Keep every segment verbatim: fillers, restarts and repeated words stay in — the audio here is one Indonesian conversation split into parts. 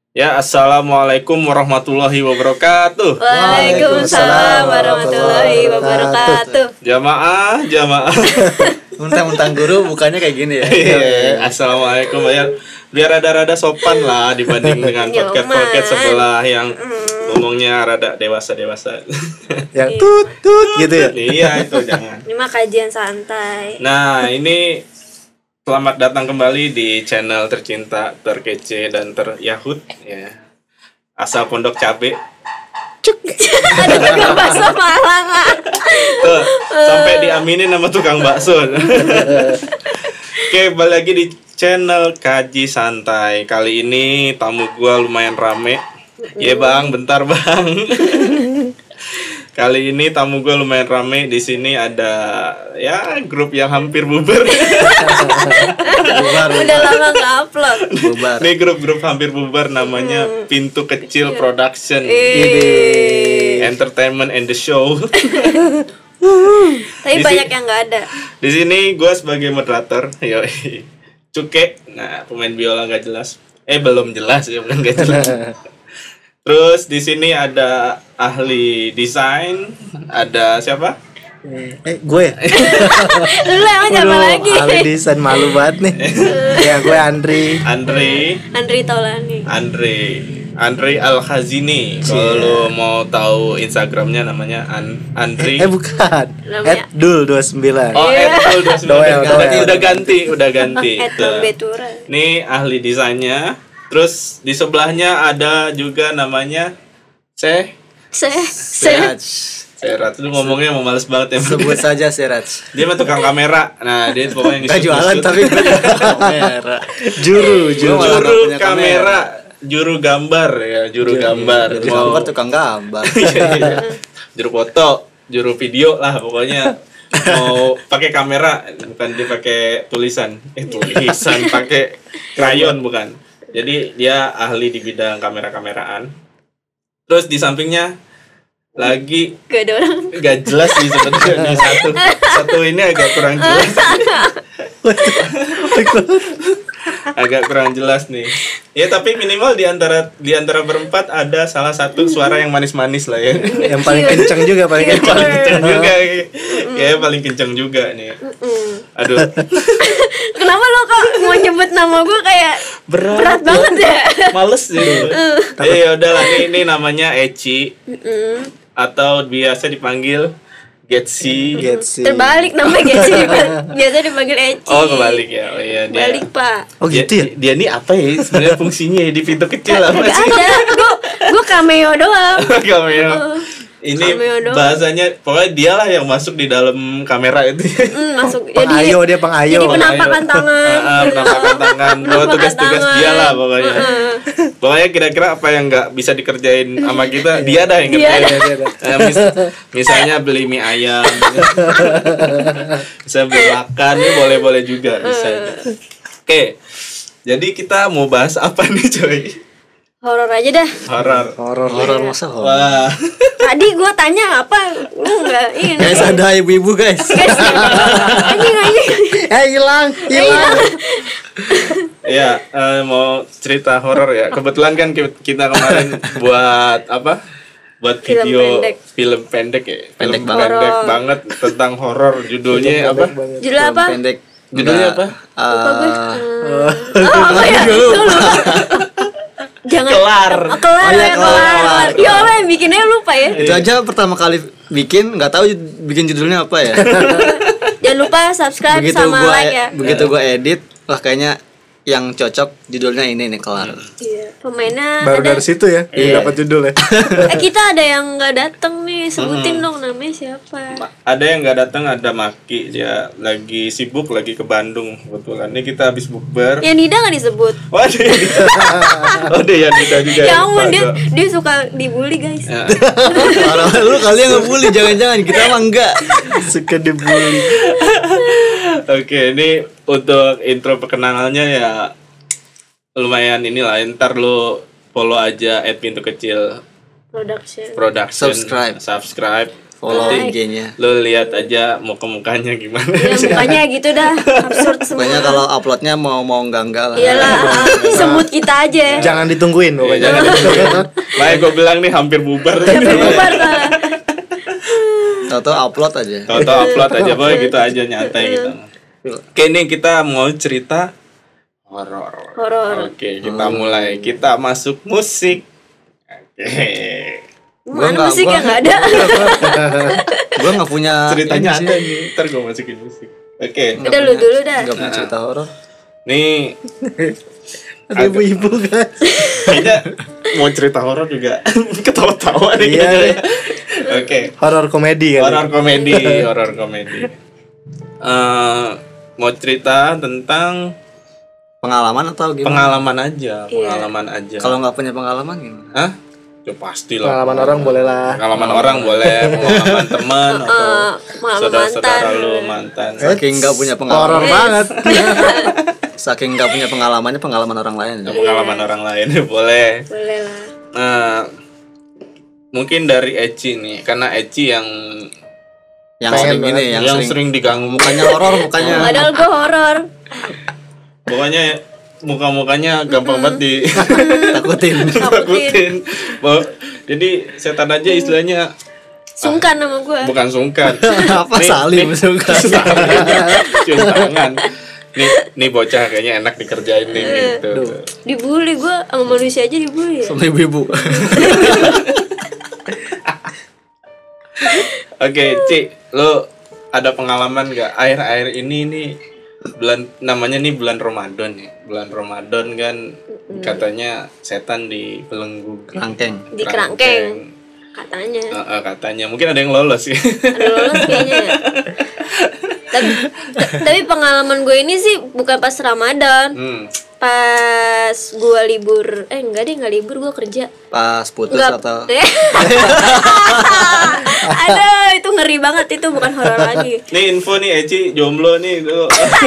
Ya, assalamualaikum warahmatullahi wabarakatuh. Waalaikumsalam warahmatullahi wabarakatuh. Jamaah, jamaah. Mentang-mentang guru bukannya kayak gini ya. Iya, assalamualaikum biar biar rada-rada sopan lah dibanding dengan podcast-podcast sebelah yang ngomongnya rada dewasa-dewasa. Yang tut tut gitu ya. Iya, itu jangan. Ini mah kajian santai. Nah, ini selamat datang kembali di channel tercinta, terkece dan teryahut ya. Asal Pondok Cabe. Ada tukang bakso Malang. Tuh, sampai diaminin sama tukang bakso. Oke, balik lagi di channel Kaji Santai. Kali ini tamu gua lumayan rame. Iya, Bang, bentar, Bang. Kali ini tamu gue lumayan rame. Di sini ada ya grup yang hampir bubar. Bubar, Udah lama nggak upload. bubar. Ini grup-grup hampir bubar namanya Pintu Kecil Production. Eh. Entertainment and the Show. Tapi Di banyak si- yang nggak ada. Di sini gue sebagai moderator, yo, Cuke. Nah, pemain biola gak jelas. Eh, belum jelas ya, bukan gak jelas. Terus di sini ada ahli desain, ada siapa? Eh, gue ya? Lu emang siapa Waduh, lagi? ahli desain malu banget nih. Ya, gue Andri. Andre, Andri Taulani. Andre, Andre Al Khazini. Kalau lo mau tahu Instagramnya namanya An- Andre. Eh, bukan. Namanya- Ed Dul dua puluh sembilan. Oh, Iya. Edul dua puluh sembilan. Doel, Udah, Doel. udah ganti, udah ganti. Ed Tuh. Betura. Ini ahli desainnya. Terus di sebelahnya ada juga namanya Seh Se Seraj. Serat. Lu ngomongnya mau males banget ya. Sebut saja Seraj. Dia mah tukang kamera. Nah, dia pokoknya Gak jualan nge-shoot- tapi gue kamera. Juru, juru juru. malah nggak punya kamera, juru gambar ya, juru gambar. Juru Mau- gambar tukang gambar. Iya, iya. Juru foto, juru video lah pokoknya. Mau pakai kamera bukan dia pakai tulisan. Eh tulisan pakai krayon bukan. Jadi dia ahli di bidang kamera-kameraan. Terus di sampingnya lagi Gak ada orang. gak jelas sih sebenarnya nih satu satu ini agak kurang jelas. Agak kurang jelas nih. Ya tapi minimal di antara di antara berempat ada salah satu suara yang manis-manis lah ya. Yang paling kenceng juga paling Yang kenceng. paling kenceng juga. Kayaknya paling kenceng juga nih. Aduh. Kenapa lo kok mau nyebut nama gue kayak Berat, berat banget ya? Males gitu. Eh ya udahlah nih ini namanya Eci atau biasa dipanggil Getsi. Getsi. Terbalik namanya Gesi. Biasa dipanggil Eci. Oh kebalik ya. Oh iya dia. Balik pak. Oh gitu ya? Dia, dia ini apa ya sebenarnya fungsinya ya di pintu kecil apa Gak sih? ada. Gue gue cameo doang. Cameo. Ini Cameo doang. bahasanya pokoknya dialah yang masuk di dalam kamera itu. Hmm, masuk. Pengayo dia pengayo. Jadi penampakan tangan. Ah, ah, penampakan tangan. Pokoknya Penampakan tugas-tugas tangan. dia lah pokoknya. Pokoknya kira-kira apa yang nggak bisa dikerjain sama kita, dia dah yang Dia kerjain. Eh, mis- misalnya beli mie ayam, bisa beli makan, ini boleh-boleh juga bisa. Oke, jadi kita mau bahas apa nih coy? Horor aja dah. Horor. Horor horor masa horor. Wah. Tadi gue tanya apa? Lu enggak ini. Guys, ada ibu-ibu guys. Guys, anjing anjing. Eh hilang, hilang. Ya, eh, mau cerita horor ya. Kebetulan kan ki- kita kemarin buat apa? Buat Film video pendek. film pendek ya. Film Pendek pendek, banget. banget tentang horor. Judulnya apa? Judul apa? Pendek. Judulnya apa? Lupa gue. Eh, Oh, apa ya? Dulu. Lu lupa. Jangan Kelar. Oh, kelar, Oh, iya, ya, kelar, kelar, kelar. kelar. Ya Allah yang bikinnya lupa ya. Itu aja pertama kali bikin nggak tahu bikin judulnya apa ya. Jangan lupa subscribe begitu sama gua like ya. begitu gua edit, wah kayaknya yang cocok judulnya ini nih kelar. Iya. Pemainnya Baru ada. dari situ ya, Iya. dapat judul ya. Eh kita ada yang nggak datang nih. Sebutin dong namanya siapa. Ada yang nggak datang, ada Maki, dia lagi sibuk, lagi ke Bandung kebetulan. Ini kita habis bukber. Yang Nida nggak disebut. Wah, dia, oh dia yang Nida juga. Ya ampun dia Lupa gua. dia suka dibully guys. Ya. Parah, lu kalian ngebully, jangan-jangan kita mah enggak. Suka dibully. Oke, ini untuk intro perkenalannya ya lumayan inilah. Ntar lu follow aja at pintu kecil Production. production, Subscribe. subscribe. Follow Like. I G-nya. Lo lihat aja muka-mukanya gimana. Ya mukanya gitu dah, absurd semua. Pokoknya kalau uploadnya mau mau enggak enggak lah. Iyalah, semut kita aja. Jangan ditungguin Ya, pokoknya. jangan ditunggu. Makanya gue bilang nih hampir bubar. Sampai bubar lah. Tahu-tahu upload aja. Tahu-tahu upload aja boy, gitu aja nyantai gitu. Oke, nih kita mau cerita horor. Horor. Oke, kita mulai. Kita masuk musik. Oke. Gua Mana nggak- musik gua- yang nggak ada? Gue nggak punya Ceritanya ini sih. ada nih. Ntar gue masukin musik. Oke. Udah lu dulu dah. Nggak punya cerita horor. Nih Ada ibu-ibu guys. kayaknya mau cerita horor juga ketawa-tawa nih Iya, kayaknya. iya. Oke. Horor komedi kan. Horor komedi, horor komedi. Eh, mau cerita tentang Pengalaman atau gimana? pengalaman aja, Iya. pengalaman aja. Kalau nggak punya pengalaman gimana? Hah? Ya pasti lah. Pengalaman orang boleh lah. Pengalaman orang boleh, pengalaman teman atau Eh, pengalaman saudara-saudara mantan. lu mantan. Saking nggak punya Horor pengalaman. banget. Saking nggak punya pengalamannya pengalaman orang lain. Pengalaman orang lain boleh. Boleh lah. Nah, mungkin dari Eci nih, karena Eci yang Yang Pengen sering banget. ini, yang, yang, sering, sering diganggu mukanya horor, mukanya. Padahal gue horor. pokoknya muka-mukanya gampang banget di Takutin. takutin. Bahwa- Jadi setan aja istilahnya Sungkan sama gue. bukan sungkan. Apa Nih- salim nih- suka. cium tangan. Nih, nih bocah kayaknya enak dikerjain nih gitu. Dibully gue sama manusia aja dibully. Ya? Sama ibu-ibu. Oke, Ci, lo ada pengalaman nggak akhir-akhir ini nih bulan namanya nih bulan Ramadan ya. Bulan Ramadan kan katanya setan dibelenggu Kerangkeng. Di kerangkeng katanya. Eh, eh, katanya mungkin ada yang lolos ya. Ada lolos kayaknya. Ya. tapi t- tapi pengalaman gue ini sih bukan pas Ramadan. Hmm. Pas gue libur, eh enggak deh enggak libur, gue kerja. Pas putus Enggak. atau Aduh, itu ngeri banget, itu bukan horor lagi. Nih info nih Eci jomblo nih tuh.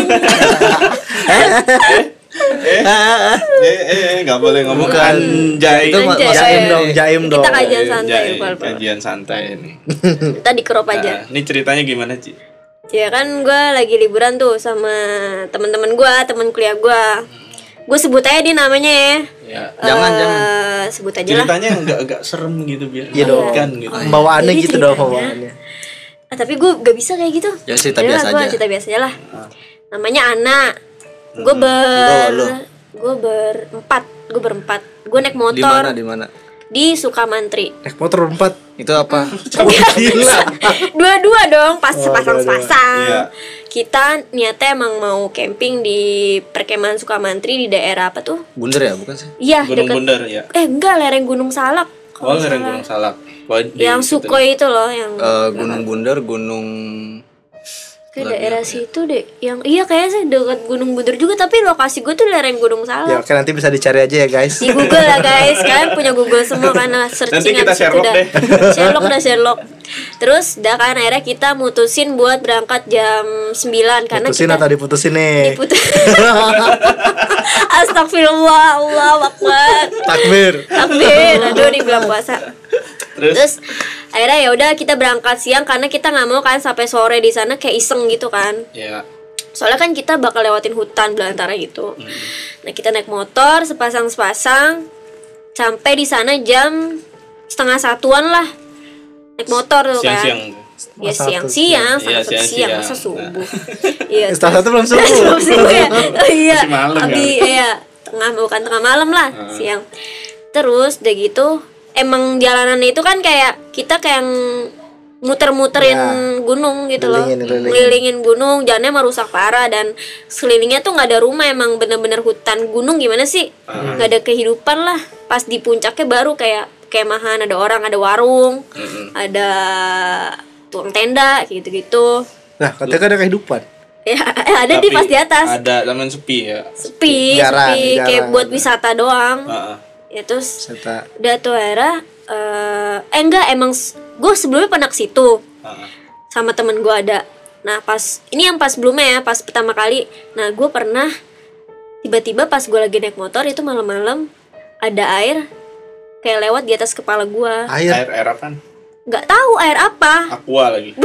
eh, eh, eh, nggak boleh ngomong Bukan. anjay. Itu ma- Anjay. Jaim dong, jaim dong. Kita kajian santai, Anjay, Pal, Pal. kajian santai nih. Kita dikerop aja. Nah, ini ceritanya gimana Ci? Ya kan gue lagi liburan tuh sama teman-teman gue, teman kuliah gue. Gue sebut aja dia namanya ya. Ya. Jangan, Eh, jangan. Sebut aja lah. Ceritanya agak agak serem gitu biar Iya dong. menakutkan gitu. Bawaannya Jadi gitu dong ceritanya- bawaannya. Ah, tapi gue gak bisa kayak gitu. Ya, cerita Yaudah biasa lah, gua aja. cerita biasa aja lah. Namanya Ana. Gue ber, Lo, lo. gue berempat, gue berempat. Gue naik Di mana motor di mana? di Sukamantri. Naik motor empat. Itu apa? Gila. Dua-dua dong, pas Oh, sepasang-sepasang. Iya. Kita niatnya emang mau camping di perkemahan Sukamantri di daerah apa tuh? Bunder ya, bukan sih? Iya, Gunung deket. Bundar ya. Eh enggak, lereng Gunung Salak. Oh, kalau nggak lereng salah. Gunung Salak. Oh, di Yang situ. Sukhoi itu loh, yang Eh, Gunung Bunder, Gunung ke daerah situ deh. Yang iya kayaknya sih dekat Gunung Bunder juga, tapi lokasi gue tuh lereng Gunung Ya, Salak. oke nanti bisa dicari aja ya guys. Di Google lah guys, kalian punya Google semua karena searching Nanti kita habis itu Sherlock dah. deh. Sherlock dah Sherlock. Terus dah kan akhirnya kita mutusin buat berangkat jam sembilan karena Putusin kita atau diputusin nih? diputus. Astagfirullah, Allah Akbar. Takbir. Takbir, aduh di bulan puasa. Terus, Terus akhirnya ya udah kita berangkat siang karena kita nggak mau kan sampai sore di sana kayak iseng gitu kan. ya. Soalnya kan kita bakal lewatin hutan belantara gitu. Nah kita naik motor sepasang-sepasang sampai di sana jam setengah satuan lah. Naik motor tuh Siang-siang. kan. Ya Satu siang-siang, Iya, sangat siang, siang-siang. masa subuh. Iya. Setengah satu belum subuh. Belum subuh ya. Oh iya. Masih malam kan? Abi, iya, tengah bukan tengah malam lah, siang. Terus udah gitu emang jalanannya itu kan kayak kita kayak muter-muterin Ya. gunung gitu loh, Ngelilingin, ngelilingin. ngelilingin gunung, jalannya emang rusak parah dan sekelilingnya tuh nggak ada rumah, emang bener-bener hutan gunung gimana sih, nggak ada kehidupan lah. Pas di puncaknya baru kayak kemahan, ada orang, ada warung, ada tukang tenda gitu-gitu. Nah, katanya kan ada kehidupan. Ya ada di Tapi pas di atas, Ada taman sepi ya. sepi, Jarang, sepi kayak jarang. buat wisata doang. Heeh. Ya terus Serta udah tuh era eh eh enggak emang gue sebelumnya pernah ke situ Heeh. sama temen gue ada. Nah pas ini yang pas sebelumnya ya, pas pertama kali. Nah gue pernah tiba-tiba pas gue lagi naik motor itu malam-malam ada air kayak lewat di atas kepala gue. air. Air air apaan? nggak tahu air apa. Aqua lagi.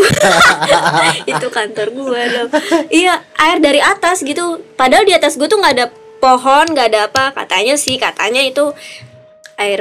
Itu kantor gue dong. Iya, air dari atas gitu. Padahal di atas gue tuh nggak ada pohon, nggak ada apa. Katanya sih, katanya itu air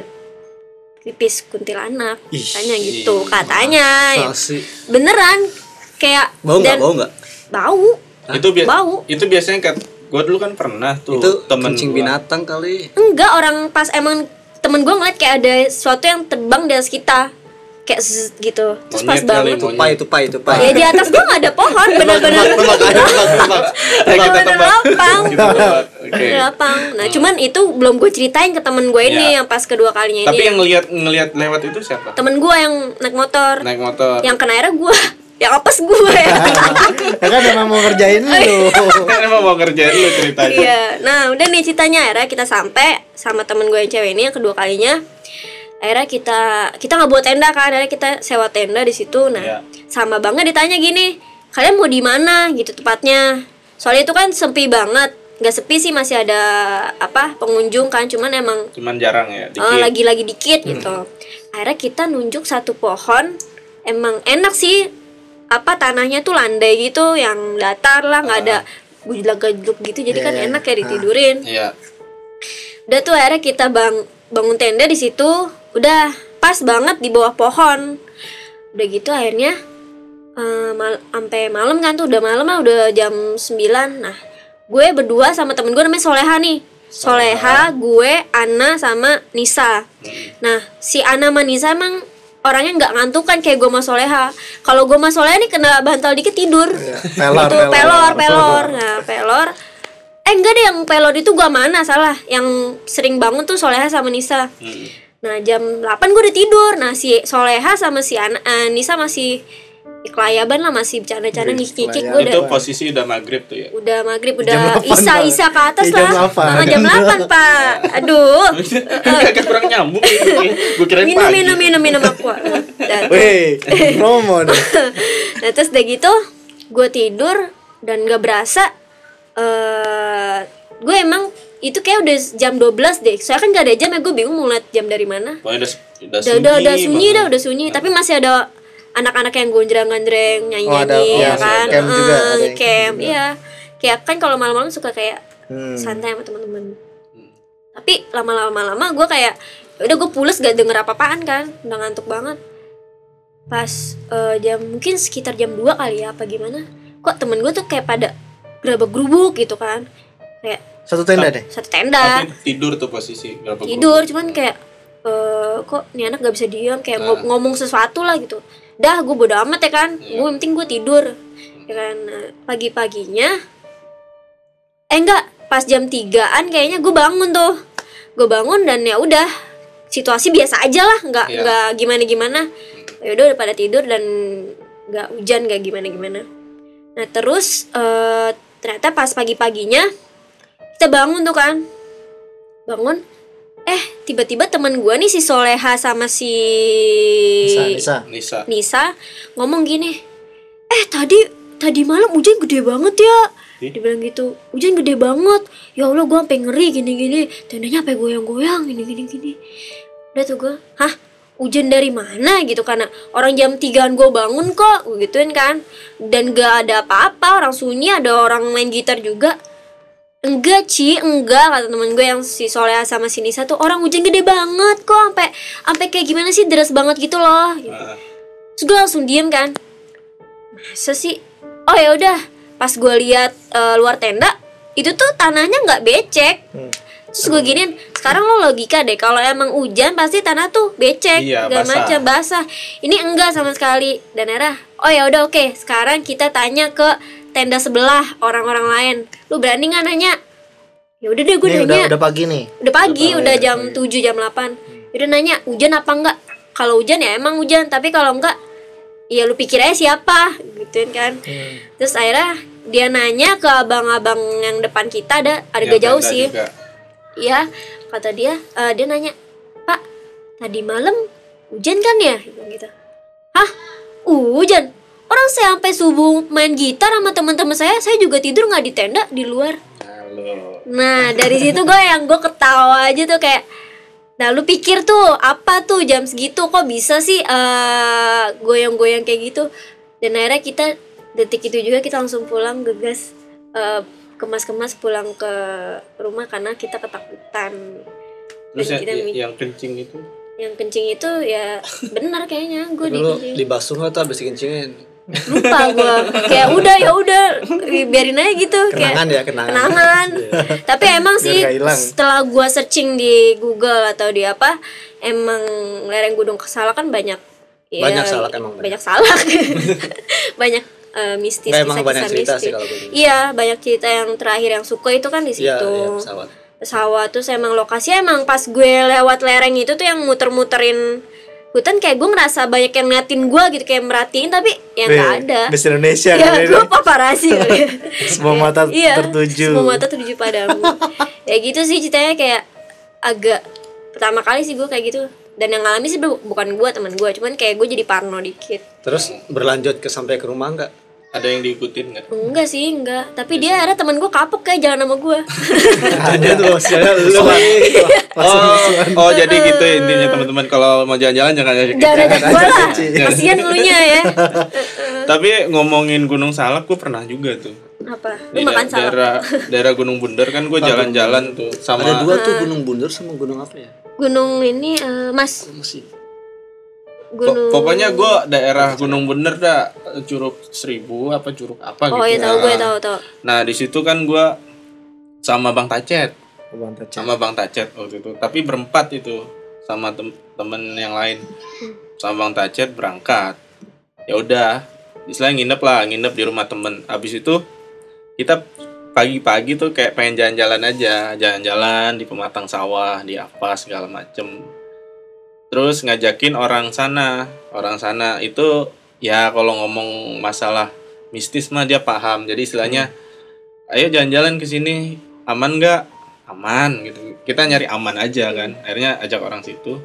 pipis kuntilanak. Ih, Katanya gitu, katanya. Masa sih? Beneran kayak Bau nggak? dan- Bau nggak? Bau. Itu biasa. Bau. Itu biasanya kan gue dulu kan pernah tuh Itu temen kencing gua. binatang kali. Enggak, orang pas emang temen gue ngeliat kayak ada sesuatu yang terbang di atas kita. Kayak zzz gitu. Terus pas Monyet kali, bangun. monyet. Tupai, tupai, tupai. Ya di atas gue nggak ada pohon, bener-bener Tebak, tebak, ayo, tebak, tebak. bener-bener lapang. Gitu, Pak. Oke. Bener lapang. Nah cuman itu belum gue ceritain ke temen gue ini Iya. yang pas kedua kalinya Tapi ini. yang ngelihat ngelihat lewat itu siapa? Temen gue yang naik motor. Naik motor. Yang kena airnya gue. Yang apes gue ya. Ya kan emang mau ngerjain lu. Kan emang mau ngerjain lu ceritanya. Iya. Nah udah nih ceritanya, akhirnya kita sampai sama temen gue yang cewek ini yang kedua kalinya. Akhirnya kita kita nggak buat tenda kan, akhirnya kita sewa tenda di situ. Nah Iya. sama banget ditanya gini, kalian mau di mana gitu tepatnya? Soalnya itu kan sepi banget, nggak sepi sih, masih ada apa pengunjung kan, cuman emang Cuman jarang ya, dikit. eh, lagi-lagi dikit gitu. Akhirnya kita nunjuk satu pohon, emang enak sih, apa tanahnya tuh landai gitu, yang datar lah, nggak ada gujlak-gujluk gitu, jadi kan Iya. enak kayak ditidurin. Iya. Udah tuh akhirnya kita bang bangun tenda di situ, udah pas banget di bawah pohon. Udah gitu akhirnya eh, mal sampai malam kan tuh, udah malam lah, udah jam sembilan. Nah, gue berdua sama temen gue namanya Soleha nih. Soleha, gue, Ana sama Nisa. Nah, si Ana sama Nisa emang orangnya nggak ngantuk kan kayak gue sama Soleha. Kalau gue sama Soleha nih kena bantal dikit tidur. Pelor, Itu pelor. pelor, pelor. Nah, pelor. Eh enggak deh, yang pelor itu gua mana salah. Yang sering bangun tuh Soleha sama Nisa. Hmm. Nah jam delapan gue udah tidur. Nah si Soleha sama si Ana, eh, Nisa masih kelayaban lah, masih bercanda-canda Wih, ngikik-ngikik. kelayaban. Gue udah Itu posisi udah maghrib tuh ya. udah maghrib, Jam udah delapan, isa Pak. isa ke atas Iya, jam lah. delapan. Nah, jam delapan pak. Aduh. Agak kurang nyambung gitu. Gue kirain Minum pagi. minum minum minum aqua. Dah tuh. Weh, promo deh. Nah terus udah gitu gue tidur dan gak berasa eh gue emang itu kayak udah jam dua belas deh. Soalnya kan gak ada jam ya, gue bingung mau liat jam dari mana. Pokoknya udah, udah Udah sunyi. udah, udah sunyi banget. dah, udah sunyi. Tapi masih ada anak-anak yang gonjreng-gondreng Oh, ada, nyanyi-nyanyi iya, ya kan. camp juga, Eh, ada yang camp, camp juga. iya. Kayak kan kalau malam-malam suka kayak Hmm. santai sama teman-teman. Tapi lama-lama lama gue kayak udah gue pules gak denger apa-apaan kan, udah ngantuk banget. Pas eh, jam mungkin sekitar jam dua kali ya apa gimana, kok temen gue tuh kayak pada gerabak gerubuk gitu kan, kayak Satu tenda deh. satu tenda Tapi tidur tuh posisi. Berapa tidur, cuman kayak eh kok nih anak gak bisa diam, kayak Nah. ngo- ngomong sesuatu lah gitu. Dah gue bodo amat ya kan, Iya. gue yang penting gue tidur ya kan. Nah, pagi-paginya eh enggak, pas jam tigaan kayaknya gue bangun tuh, gue bangun dan ya udah situasi biasa aja lah, nggak Iya. nggak gimana gimana. Ya udah udah pada tidur dan nggak hujan, nggak gimana gimana. Nah terus eh, ternyata pas pagi-paginya kita bangun tuh kan, bangun eh tiba-tiba teman gue nih si Soleha sama si Bisa, bisa. Nisa. Nisa ngomong gini, eh tadi tadi malam hujan gede banget ya. Ih. Dia bilang gitu, hujan gede banget. Ya Allah, gue sampai ngeri gini-gini, tendanya sampai goyang-goyang gini-gini gini. Udah tuh gue, hah hujan dari mana gitu, karena orang jam tigaan gue bangun kok, gue gituin kan. Dan gak ada apa-apa, orang sunyi, ada orang main gitar juga. Enggak Ci, enggak, kata temen gue yang si Soleha sama si Nisa tuh, orang hujan gede banget kok, sampai sampai kayak gimana sih, deras banget gitu loh gitu. Ah, Terus gue langsung diem kan, masa sih? Oh ya udah, pas gue lihat eh, luar tenda itu tuh tanahnya nggak becek. Hmm. Terus gue giniin, sekarang lo logika deh, kalau emang hujan pasti tanah tuh becek, Iya, segala basah. macam basah. Ini enggak sama sekali. Dan era, oh ya udah oke, sekarang kita tanya ke tenda sebelah orang-orang lain. Lu berani nggak nanya? Ya udah deh gue Nih nanya. udah udah pagi nih. Udah pagi, Udah udah pagi, jam pagi. tujuh, jam delapan. Udah nanya, hujan apa enggak? Kalau hujan ya emang hujan, tapi kalau enggak ya lu pikir aja siapa, gituin kan. Hmm. Terus akhirnya dia nanya ke abang-abang yang depan kita, ada ada yang gak jauh tenda sih. juga. Iya, kata dia, eh, dia nanya, "Pak, tadi malam hujan kan ya?" Dia bilang gitu. "Hah? Hujan? Orang saya sampai subuh main gitar sama teman-teman saya, saya juga tidur nggak di tenda, di luar." Halo. Nah dari situ gue yang gue ketawa aja tuh kayak, Nah lu pikir tuh apa tuh jam segitu kok bisa sih eh, goyang-goyang kayak gitu. Dan akhirnya kita detik itu juga kita langsung pulang gegas eh, kemas-kemas pulang ke rumah karena kita ketakutan. Terus Dan yang, kita mi- yang kencing itu yang kencing itu ya benar kayaknya gue Tapi lu dikencing. dibasuh nggak tuh abis dikencingin? Lupa gue kayak udah ya udah biarin aja gitu. Kenangan kayak ya, kenangan. kenangan. Tapi emang Biar sih nggak hilang. setelah gue searching di Google atau di apa, emang lereng Gunung Salak kan banyak ya, Banyak salak emang, banyak salak banyak eh, mistis, Nggak, emang kisah-kisah banyak cerita mistis. sih kalau gue. Iya banyak cerita yang terakhir yang suka itu kan di situ. Iya, iya, pesawat. Pesawat terus emang lokasinya emang pas gue lewat lereng itu tuh yang muter-muterin hutan kayak gue ngerasa banyak yang ngeliatin gue gitu kayak merhatiin tapi ya nggak Wih, ada. Miss Indonesia Ya kali gue ini. paparazzi kali ya. Semua mata Iya, tertuju. semua mata tertuju padamu. Ya gitu sih ceritanya kayak agak pertama kali sih gue kayak gitu. Dan yang ngalami sih bu- bukan gue teman gue, cuman kayak gue jadi parno dikit. Terus berlanjut ke sampai ke rumah nggak? ada yang diikutin nggak? Enggak sih, enggak. Tapi dia ada teman gue kapok kayak jalan sama gue. Ada tuh maksudnya lu. Oh, oh jadi gitu ya intinya teman-teman kalau mau jalan-jalan jangan ajak kita. Jangan ajak gue lah. Jangan. Kasian elunya ya. Tapi ngomongin Gunung Salak gue pernah juga tuh. Apa? Di Lu makan da- salak? daerah daerah Gunung Bunder kan gue jalan-jalan tuh sama Ada dua tuh Gunung Bunder sama gunung apa ya? Gunung ini eh, Mas, Masih. Po- gunung. pokoknya gue daerah Gunung Bunder dah Curug Seribu apa Curug apa Oh gitu. iya tahu gue Nah, tahu tahu. Nah di situ kan gue sama Bang Tacet, Abang Tacet. sama Bang Tacet waktu itu. Tapi berempat itu sama tem- temen yang lain. Sama Bang Tacet berangkat. Ya udah, istilahnya nginep lah, nginep di rumah temen. Abis itu kita pagi-pagi tuh kayak pengen jalan-jalan aja, jalan-jalan di pematang sawah, di apa segala macem. Terus ngajakin orang sana, orang sana itu ya kalau ngomong masalah mistis mah dia paham. Jadi istilahnya, ayo jalan-jalan ke sini, aman nggak? Aman gitu. Kita nyari aman aja kan. Akhirnya ajak orang situ.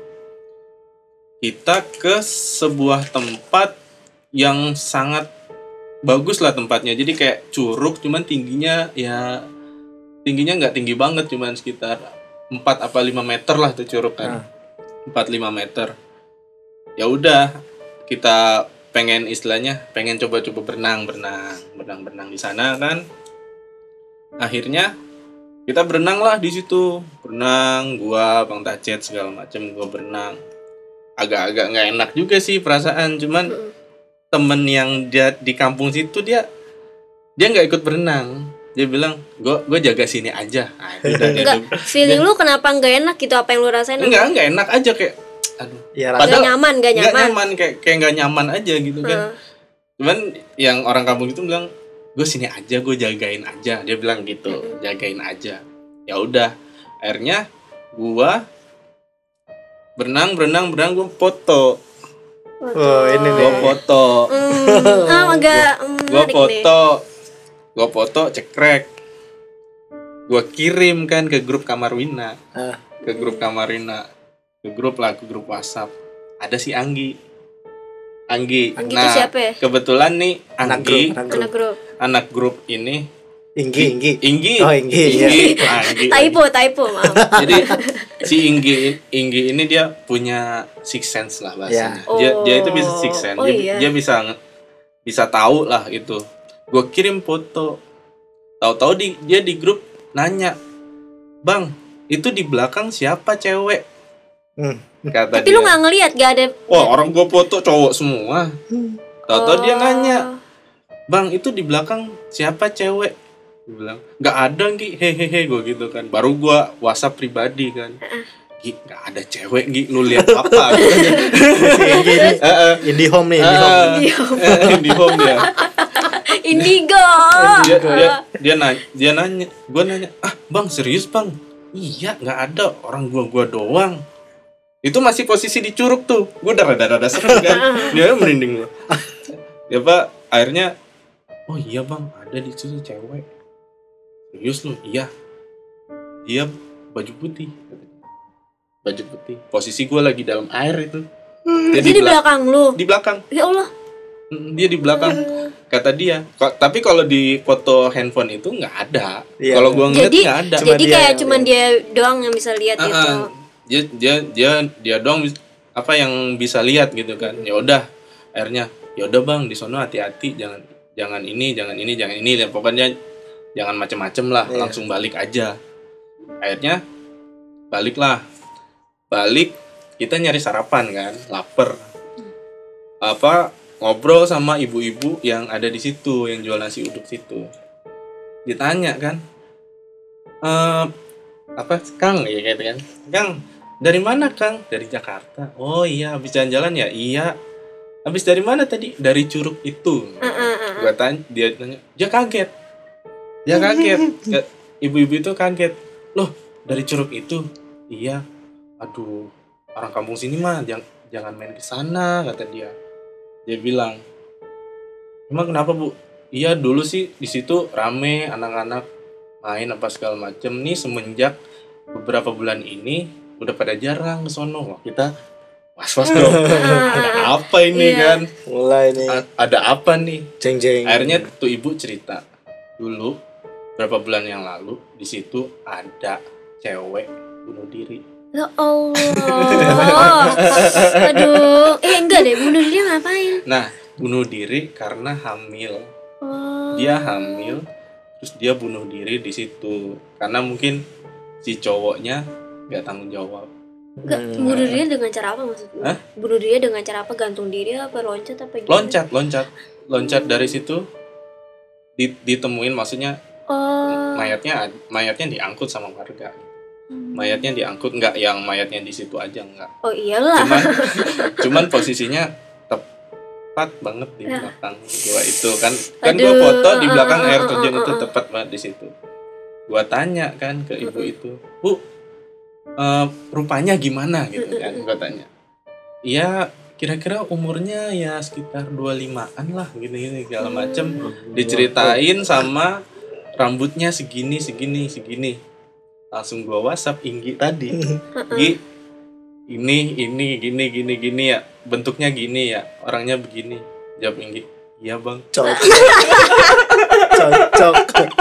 Kita ke sebuah tempat yang sangat bagus lah tempatnya. Jadi kayak curug, cuman tingginya ya tingginya nggak tinggi banget, cuman sekitar empat apa lima meter lah tuh curug kan. empat lima meter. Ya udah, kita pengen istilahnya pengen coba-coba berenang, berenang, berenang, berenang di sana kan. Akhirnya kita berenang lah di situ. Berenang, gua, Bang Tacet segala macam gua berenang. Agak-agak nggak enak juga sih perasaan, cuman temen yang dia di kampung situ dia dia nggak ikut berenang. Dia bilang, gue gue jaga sini aja. Nah, itu udah dia Enggak, tuh. feeling lu kenapa nggak enak gitu apa yang lu rasain? Enggak, enggak enak aja kayak aduh. Iya, Nggak Padahal- nyaman, nggak Nggak nyaman. nyaman kayak kayak nggak nyaman aja gitu kan. Heeh. Cuman yang orang kampung itu bilang, gue sini aja, gue jagain aja. Dia bilang gitu, jagain aja. Ya udah, akhirnya gua berenang, berenang, berenang, gue foto, Oh, ini gue nih. foto, Hmm, ah, agak hmm, gue menarik nih. foto, gue foto, cekrek, gue kirim kan ke grup Kamarwina, Ah. ke grup Kamarwina, ke grup lah, ke grup WhatsApp. Ada si Anggi, Anggi. Anggi Nah, itu siapa ya? kebetulan nih Anak Anggi, grup, anak Anak grup. anak grup ini Inggi, Inggi. Inggi. Oh, Inggi, iya. Inggi. Anggi. Typo, typo, maaf. Jadi si Inggi Inggi ini dia punya six sense lah bahasanya. Ya. Dia dia itu Oh. bisa six sense. Oh, dia, iya. dia bisa nge- bisa tahu lah itu. Gue kirim foto. Tahu-tahu di dia di grup nanya, "Bang, itu di belakang siapa cewek?" Hmm. Kata Tapi dia. lu nggak ngelihat, nggak ada. Wah, orang gue foto cowok semua. Tahu-tahu dia Oh. nanya, "Bang, itu di belakang siapa cewek?" Gue bilang, "Nggak ada, Gi, hehehe," gue gitu kan. Baru gue WhatsApp pribadi kan. Gi, nggak ada cewek, Gi, lu lihat apa? Si Inggi ini. Heeh. Indie home nih, indie home. Eh, di home dia. Indigo. Dia dia dia nanya, dia nanya, gue nanya, "Ah, Bang, serius, Bang?" "Iya, nggak ada, orang gua gua doang." Itu masih posisi di curug tuh. Gue udah rada-rada serem kan. Dia merinding gua. Ya, Pak, akhirnya, "Oh iya, Bang, ada di situ cewek." "Serius lu?" "Iya." Dia baju putih. Baju putih. Posisi gue lagi dalam air itu. Dia Jadi di belakang lu. Di belakang. Ya Allah. Mm, Dia di belakang. Kata dia. Ko- Tapi kalau di foto handphone itu nggak ada. Iya, Kalau iya. gua ngeliat Jadi nggak ada. Cuma jadi dia kayak yang cuman lihat. dia doang yang bisa lihat Ah, itu. ah. dia dia dia dia doang bis- apa yang bisa lihat gitu kan. Ya udah akhirnya ya udah bang di sono hati-hati, jangan jangan ini jangan ini jangan ini dan pokoknya jangan macem-macem lah, Iya. langsung balik aja. Akhirnya baliklah balik kita nyari sarapan kan, lapar, apa ngobrol sama ibu-ibu yang ada di situ yang jual nasi uduk situ. Ditanya kan, eh apa Kang ya gitu kan, Kang dari mana Kang? Dari Jakarta. Oh iya, habis jalan-jalan ya? Iya. Habis dari mana tadi? Dari Curug itu. Gua tanya, dia tanya, dia kaget. Dia kaget. Ya, ibu-ibu itu kaget. Loh, dari Curug itu? Iya. Aduh, orang kampung sini mah jangan jangan main ke sana, kata dia. Dia bilang, emang kenapa Bu? Iya dulu sih di situ rame anak-anak main apa segala macem. Nih semenjak beberapa bulan ini udah pada jarang ke sono. Wah, kita was-was dong. Ada apa ini Iya. kan? Mulai nih. A- ada apa nih? Jeng-jeng. Akhirnya tuh ibu cerita dulu berapa bulan yang lalu di situ ada cewek bunuh diri. Ya Allah. Aduh, eh enggak deh, bunuh diri ngapain? Nah, bunuh diri karena hamil. Oh. Dia hamil, terus dia bunuh diri di situ karena mungkin si cowoknya nggak tanggung jawab. Enggak, bunuh diri dengan cara apa maksudnya? Hah? Bunuh diri dengan cara apa? Gantung diri apa loncat apa gimana? Loncat, loncat, loncat dari situ di- ditemuin, maksudnya Oh. mayatnya mayatnya diangkut sama warga. Hmm. Mayatnya diangkut, nggak yang mayatnya di situ aja, nggak. Oh iyalah. Cuman cuman posisinya tepat banget di Ya. belakang gua itu kan kan gua Aduh, foto di belakang uh, uh, air uh, terjun uh, itu uh. tepat banget di situ. Gua tanya kan ke ibu itu, Bu, eh, rupanya gimana gitu kan? Gua tanya. Iya, kira-kira umurnya ya sekitar dua puluh limaan lah, gini-gini segala macem. Diceritain sama rambutnya segini segini segini. Langsung gua WhatsApp Inggi tadi. Gi, ini ini gini gini gini ya, bentuknya gini ya, orangnya begini. Jawab Inggi, iya bang. Cocok. Cocok.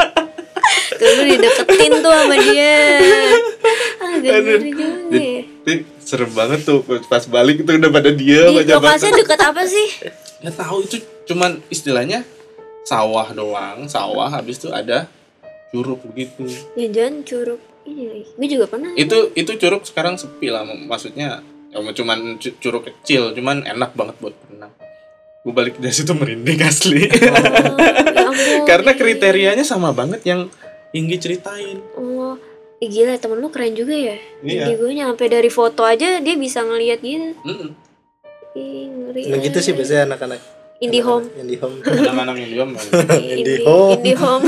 Dulu dideketin tuh sama dia. Ah, gak ngeri juga. ya. Itu serem banget tuh pas balik itu udah pada dia Di baca lokasinya deket apa sih? nggak tahu, itu cuman istilahnya sawah doang, sawah, habis itu ada curug begitu. Ya jangan curug. Iya, gue juga pernah. Itu itu curug sekarang sepi lah, maksudnya ya cuman cu- curug kecil, cuman enak banget buat berenang. Gue balik dari situ merinding asli. Oh, ya ampun. Karena kriterianya sama banget yang Inggi ceritain. Oh, ih, gila temen lu keren juga ya. Iya. Jadi gue nyampe dari foto aja dia bisa ngelihat gitu. Mm-mm. Ih, ngeri. Nah gitu sih biasanya anak-anak. Indie home. Indie home. Anak-anak yang diam. Indie home. Indie home.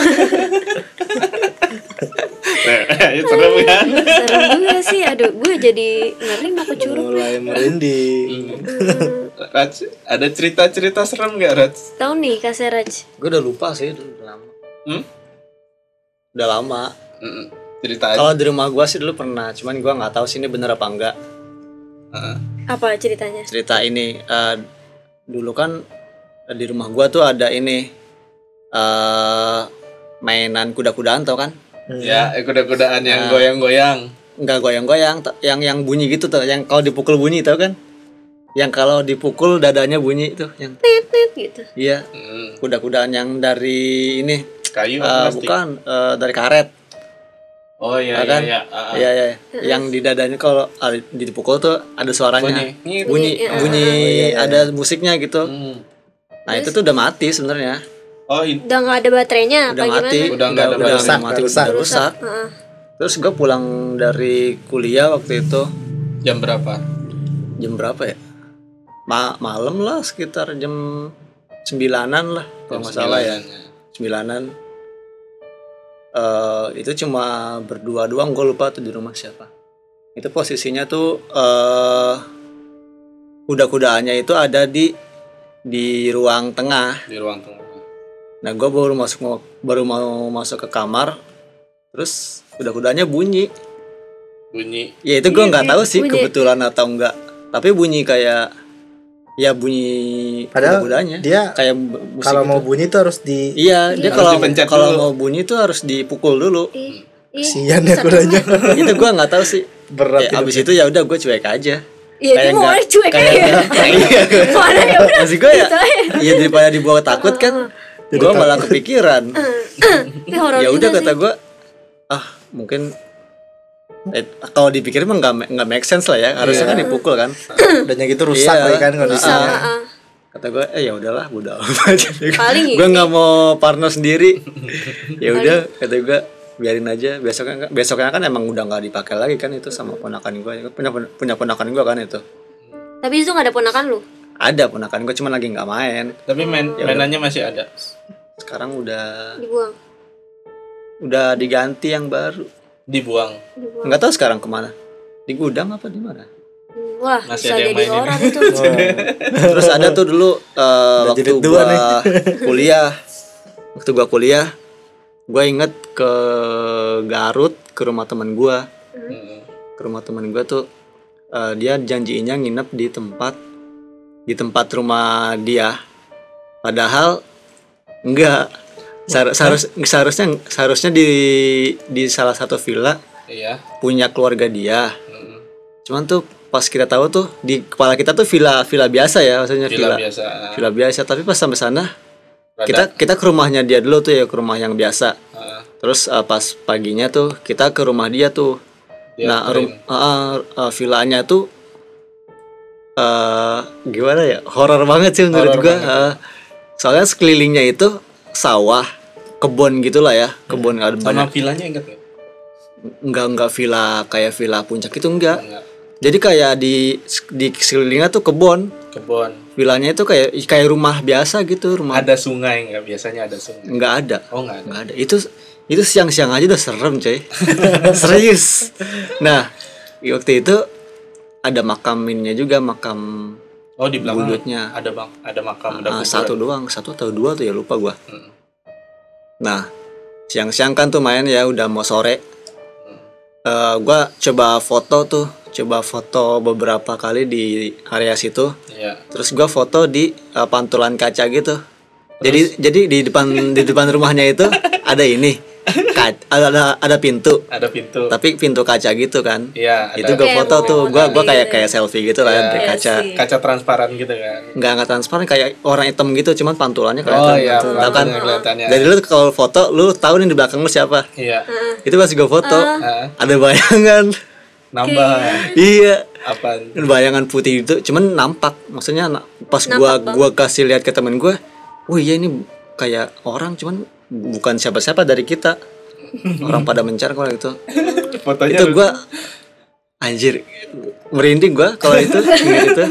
Serem kan? Serem juga sih. Aduh, gue jadi ngeri mau ke curug. Mulai merinding. Raj, ada cerita-cerita serem gak, Raj? Tahu nih Kak Seraj. Gue udah lupa sih, udah lama. Hmm? Udah lama. Mm-mm. Cerita aja. Kalau di rumah gua sih dulu pernah, cuman gua nggak tahu sih ini bener apa enggak. Heeh. Apa ceritanya? Cerita ini eh, dulu kan eh, di rumah gua tuh ada ini eh mainan kuda-kudaan tau kan? Ya, eh, kuda-kudaan yang Nah. goyang-goyang. Enggak goyang-goyang, t- yang yang bunyi gitu tuh, yang kalau dipukul bunyi tau kan? Yang kalau dipukul dadanya bunyi tuh, yang Tit tit gitu. iya, Hmm. kuda-kudaan yang dari ini Kayu eh, atau plastik? bukan eh, dari karet. Oh iya, Ya kan? iya, iya. Ah, ah. Iya, iya. Yang di dadanya kalau ah, dipukul tuh ada suaranya. Bunyi. Bunyi, Bunyi, bunyi, ah. iya, iya. ada musiknya gitu. Hmm. Nah, itu tuh udah mati sebenarnya. Oh, in- Udah nggak ada baterainya Udah apa mati, gimana? Udah nggak ada udah rusak, mati, rusak. udah rusak. Heeh. Terus gue pulang dari kuliah waktu itu jam berapa? jam berapa ya? Ma malam lah, sekitar jam sembilanan lah kalau nggak salah ya. Sembilanan. Eh, itu cuma berdua doang, gue lupa tuh di rumah siapa. Itu posisinya tuh eh kuda-kudaannya itu ada di di ruang tengah. Di ruang tengah. Nah, gue baru masuk mau baru mau masuk ke kamar, terus kuda-kudanya bunyi. Bunyi. Ya itu gue nggak tahu sih Bunyi. kebetulan atau enggak. Tapi bunyi kayak ya bunyi Padahal kuda-kudanya. dia kayak bu- musik Kalau gitu. mau bunyi tuh harus di Iya, dia Harus kalau dipencet kalau dulu. mau bunyi tuh harus dipukul dulu. Ih, ih, sian ya serem kudanya. Itu gue nggak tahu sih Berat ya, abis itu ya udah gue cuek aja. Iya, dia mau nggak- orang cuek kayak aja. nggak- iya, gue- Mana ya udah. Maksud gue ya, Gitu aja. ya daripada dibawa takut kan, gue malah kepikiran. Tapi horor Ya udah juga kata sih. gue, ah mungkin eh, kalau dipikir emang nggak nggak make sense lah ya, harusnya kan dipukul kan. dan yang gitu rusak Iya, lagi kan kondisinya. Bisa, heeh. Kata gue, eh ya udahlah, bodo amat. Paling Gue ini. nggak mau partner sendiri. Ya udah, kata gue biarin aja. Besoknya besoknya kan emang udah nggak dipakai lagi kan itu sama ponakan gue. Punya punya ponakan gue kan itu. Tapi itu nggak ada ponakan lu. Ada ponakan gue, cuma lagi nggak main. Tapi main Ya mainannya masih ada. Sekarang udah Dibuang. udah diganti yang baru. Dibuang. Dibuang. Nggak tahu sekarang kemana. Di gudang apa di mana? Wah, Masih bisa ada yang jadi mainin. horor itu. Terus ada tuh dulu uh, waktu jilid dua gua nih. kuliah. Waktu gua kuliah, gua inget ke Garut ke rumah teman gua. Mm-mm. Ke rumah teman gua tuh uh, dia janjinya nginep di tempat di tempat rumah dia. Padahal enggak. Seharus, seharus seharusnya seharusnya di di salah satu villa Iya. punya keluarga dia. Mm-mm. Cuman tuh pas kita tahu tuh di kepala kita tuh villa villa biasa ya, maksudnya Villa villa biasa. villa biasa. Tapi pas sampai sana Rada- kita kita ke rumahnya dia dulu tuh ya, ke rumah yang biasa. Heeh. Terus uh, pas paginya tuh kita ke rumah dia tuh. Dia nah print. rum- uh, uh, villanya tuh uh, gimana ya, horor banget sih menurut Horor gua. banget, Uh, soalnya sekelilingnya itu sawah, kebun gitulah ya, kebun ada Sama banyak. villanya ingat nggak? Enggak enggak villa kayak villa puncak itu enggak. Enggak. Jadi kayak di di sekelilingnya tuh kebun. Kebon. Villanya itu kayak kayak rumah biasa gitu, rumah. Ada sungai nggak? Biasanya ada sungai. Enggak ada. Oh nggak ada. Enggak ada. Itu itu siang-siang aja udah serem, coy. Serius. Nah, waktu itu ada makaminnya juga, makam Oh di belakang Wujudnya. ada bang, ada makam, ada ah, kuburan. satu doang, satu atau dua tuh ya, lupa gua. Hmm. Nah, siang-siang kan tuh main ya, udah mau sore. Hmm. Eh, gua coba foto tuh, coba foto beberapa kali di area situ. Iya. Terus gua foto di eh, pantulan kaca gitu. Jadi jadi di depan di depan rumahnya itu ada ini. Ka- ada, ada ada pintu. Ada pintu. Tapi pintu kaca gitu kan. Iya. Itu Ada gua Kayak foto mau tuh. Gua gua selfie kayak gitu kayak ya. selfie gitu lah Iya. dari kaca. Iya sih. kaca transparan gitu kan. Nggak nggak transparan, kayak orang hitam gitu, cuman pantulannya Oh kelihatan. iya. Tahu kan? Kelihatannya kelihatannya. Dari lu kalau foto lu tahu nih di belakang lu siapa. Iya. Itu pas gua foto Ah, ada bayangan. nambah Iya. apa? Bayangan putih itu cuman nampak, maksudnya na- pas Nampak gua banget. gua kasih lihat ke temen gua, oh iya ini kayak orang, cuman bukan siapa-siapa dari kita. Orang pada mencar kalau itu. Fotonya Itu gua anjir, merinding gua kalau itu gitu.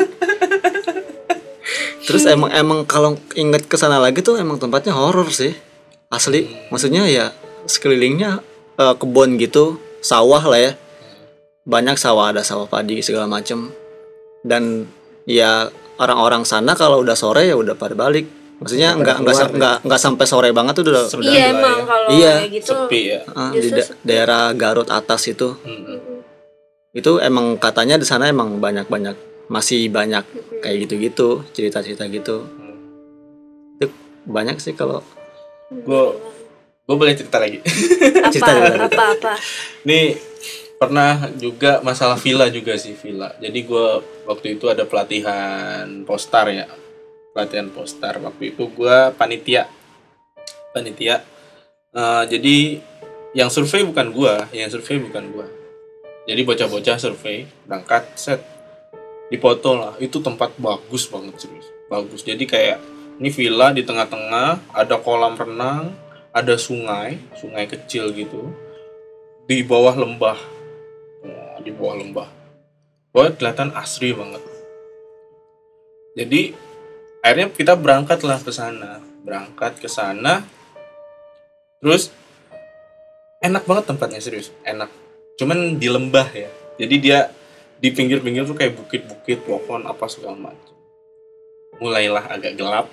Terus emang emang kalau inget kesana lagi tuh emang tempatnya horor sih, asli. Maksudnya ya sekelilingnya eh, kebun gitu, sawah lah ya, banyak sawah, ada sawah padi segala macem. Dan ya orang-orang sana kalau udah sore ya udah pada balik. Maksudnya nggak nggak sa- nggak nggak sampai sore banget tuh udah. Sebenarnya Iya lah emang ya. kalau Iya. kayak gitu. Sepi ya. Ah, di Justru da- daerah Garut atas itu. Mm-mm. Itu emang katanya di sana emang banyak-banyak, masih banyak kayak gitu-gitu, cerita-cerita gitu. Itu banyak sih kalau Gue gue boleh cerita lagi. Apa Cerita, cerita. apa apa. Nih pernah juga masalah villa juga sih, villa. Jadi gue waktu itu ada pelatihan postar ya, pelatihan postar. Waktu itu gue panitia, panitia. Eh, jadi yang survei bukan gue, yang survei bukan gue. Jadi bocah-bocah survei berangkat set dipoto lah. Itu tempat bagus banget serius, bagus. Jadi kayak ini villa di tengah-tengah, ada kolam renang, ada sungai, sungai kecil gitu. Di bawah lembah. Wah, di bawah lembah. Wah, kelihatan asri banget. Jadi akhirnya kita berangkatlah ke sana, berangkat ke sana. Terus enak banget tempatnya serius, enak. Cuman di lembah ya. Jadi dia di pinggir-pinggir tuh kayak bukit-bukit, pohon apa segala macam. Mulailah agak gelap.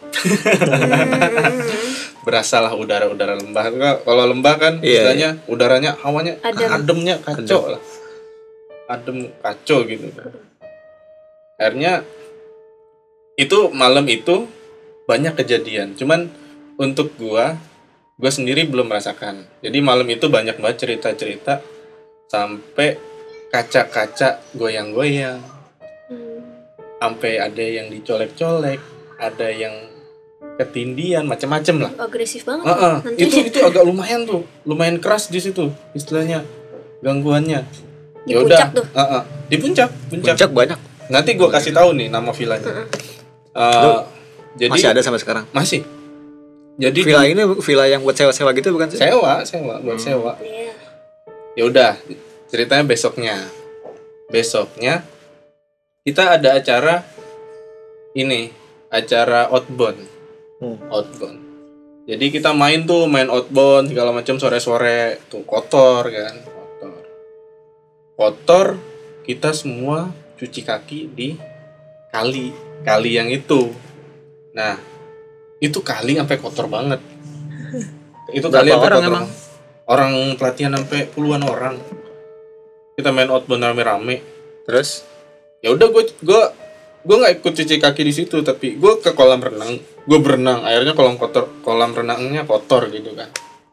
Berasalah udara-udara lembah. Kalau lembah kan Iya, istilahnya udaranya, hawanya Adem. ademnya kacau lah. Adem kacau gitu. Akhirnya itu malam itu banyak kejadian. Cuman untuk gua, gua sendiri belum merasakan. Jadi malam itu banyak banget cerita-cerita sampai kaca-kaca goyang-goyang, Hmm. sampai ada yang dicolek-colek, ada yang ketindian, macam-macam lah. Agresif banget. Heeh, Nanti itu itu agak lumayan tuh, lumayan keras di situ istilahnya gangguannya. Di Ya puncak udah, tuh? heeh, di puncak, puncak. Puncak banyak. Nanti gua kasih tahu nih nama villanya. Eh, jadi Masih ada sampai sekarang. masih. Jadi Villa di- ini villa yang buat sewa-sewa gitu bukan sih? sewa, sewa, buat sewa. Iya. Ya udah, ceritanya besoknya. Besoknya kita ada acara ini, acara outbound. Hmm. Outbound. Jadi kita main tuh, main outbound segala macam sore-sore tuh kotor kan, kotor. Kotor, kita semua cuci kaki di kali, kali yang itu. Nah, itu kali sampai kotor banget. Itu kali Berapa sampai orang kotor emang? banget. Orang pelatihan sampai puluhan orang. Kita main outbound rame-rame. Terus Ya udah gue gue gue nggak ikut cuci kaki di situ, tapi gue ke kolam renang, gue berenang, airnya kolam kotor, kolam renangnya kotor gitu kan.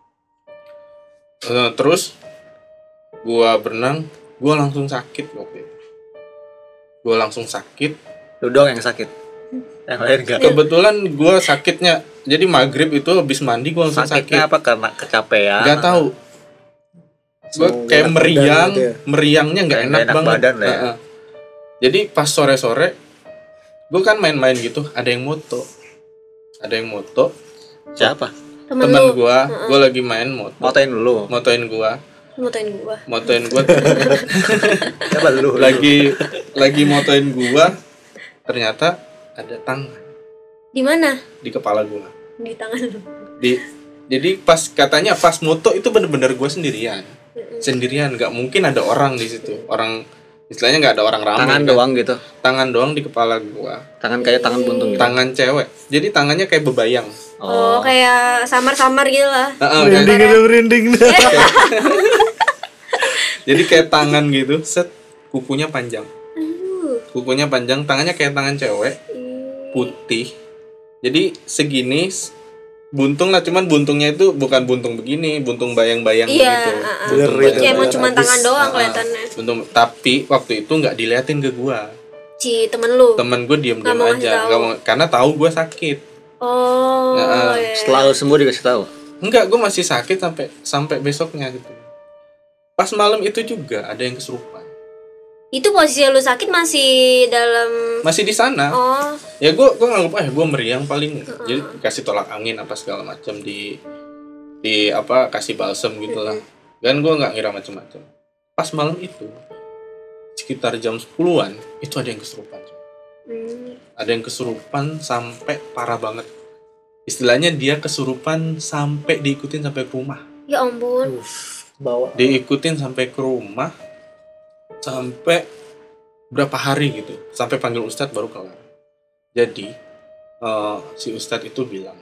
Eh, terus gue berenang, gue langsung sakit waktu itu. Gue langsung sakit. lu doang yang sakit. Yang lain enggak. Kebetulan gue sakitnya, jadi maghrib itu habis mandi gue langsung Sakitnya sakit. apa karena kecapean? Gak tahu. Gue Langsung kayak enak meriang, badan gitu ya? meriangnya nggak Nggak enak, enak banget. badan lah ya. Heeh. Jadi pas sore-sore, gue kan main-main gitu, ada yang moto, ada yang moto. Siapa? Temen, Temen lu gue, gue lagi main moto, Motoin dulu. motoin gue, motoin gua. motoin gue, Siapa lu? lagi lagi motoin gue, ternyata ada tangan Di mana? di kepala gue. Di tangan lu. Di, jadi pas katanya pas moto itu bener-bener gue sendirian, sendirian, nggak mungkin ada orang di situ, orang istilahnya nggak ada orang ramai. Tangan kan. doang gitu. Tangan doang di kepala gue, Tangan kayak tangan buntung gitu. tangan cewek, jadi tangannya kayak bebayang. Oh, kayak samar-samar gitu lah. Heeh, Merinding kayak- itu merinding dah. jadi kayak tangan gitu, set, kukunya panjang, Aduh. kukunya panjang, tangannya kayak tangan cewek, Ih. putih, jadi segini, s- buntung lah, cuman buntungnya itu bukan buntung begini, buntung bayang-bayang Iya, gitu. uh-uh. Buntung Blur itu. Kayak emang Bayar cuma habis. tangan doang Ah, kelihatannya. buntung, tapi waktu itu nggak diliatin ke gua, Si temen lu. temen gue diem-diem Nggak mau ngasih aja, tahu. nggak mau, karena tahu gua sakit. Oh, Nah, iya. Setelah lu sembuh dikasih tahu. Enggak, gue masih sakit sampai sampai besoknya gitu. Pas malam itu juga ada yang kesurupan, Itu posisi lu sakit masih dalam. masih di sana. Oh, Ya gue gue nganggep ah gue meriang paling, jadi kasih tolak angin apa segala macam, di di apa kasih balsem gitulah. Dan gue nggak ngira macam-macam. Pas malam itu sekitar jam sepuluhan itu ada yang kesurupan. hmm. Ada yang kesurupan sampai parah banget. Istilahnya dia kesurupan sampai diikutin sampai ke rumah. Ya ampun. Bawa. Diikutin sampai ke rumah sampai berapa hari gitu, sampai panggil ustadz baru kelar. Jadi eh, si ustadz itu bilang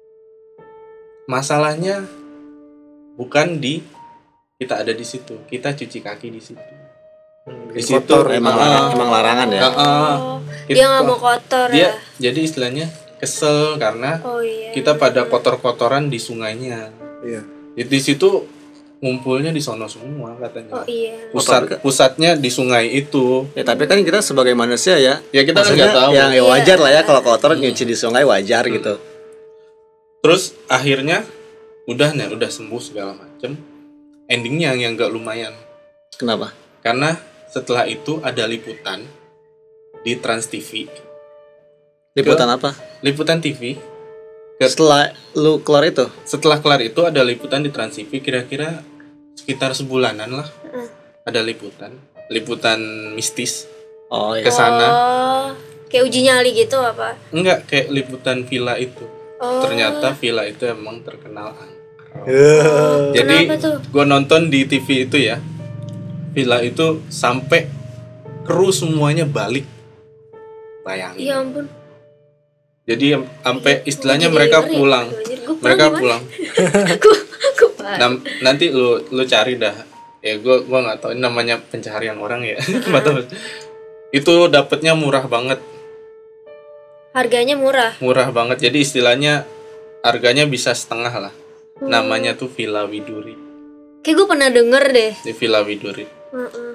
masalahnya bukan di kita ada di situ, kita cuci kaki di situ. Di situ Kotor, Emang ah, larang, emang larangan ya. ah, ah. Oh, Kita- dia nggak mau kotor dia ya. jadi istilahnya kesel karena Oh iya. kita pada kotor-kotoran di sungainya. Iya. Di, di situ ngumpulnya di sono semua katanya. Oh iya. Pusat pusatnya di sungai itu. Ya tapi kan kita sebagai manusia ya. Ya kita kan maksudnya nggak tahu. yang ya Iya. wajar lah ya kalau kotor nyuci di sungai wajar gitu. Terus akhirnya udah nih, udah sembuh segala macem. Endingnya yang nggak lumayan. Kenapa? Karena setelah itu ada liputan di Trans T V. Liputan apa? Liputan T V. Ke- Setelah lu keluar itu, Setelah kelar itu ada liputan di Trans T V, kira-kira sekitar sebulanan lah. Ada liputan, liputan mistis. oh iya. Ke sana. Oh, kayak uji nyali gitu apa? Enggak, kayak liputan villa itu. Oh. Ternyata villa itu emang terkenal angker. Eh, Jadi Kenapa tuh? gue nonton di T V itu ya, villa itu sampai kru semuanya balik, bayangin. Ya ampun. Jadi am- sampai istilahnya Jadi mereka ngeri. pulang, Aduh, anjir, gua pulang mereka gimana? pulang. Aku aku parah. Nam- nanti lu lu cari dah. Ya gue gua nggak tahu ini namanya pencarian orang ya. Nggak tahu. Itu dapetnya murah banget, Harganya murah. murah banget. Jadi istilahnya harganya bisa setengah lah. Namanya tuh Villa Widuri. Kayak gue pernah denger deh. Di Villa Widuri. Heeh.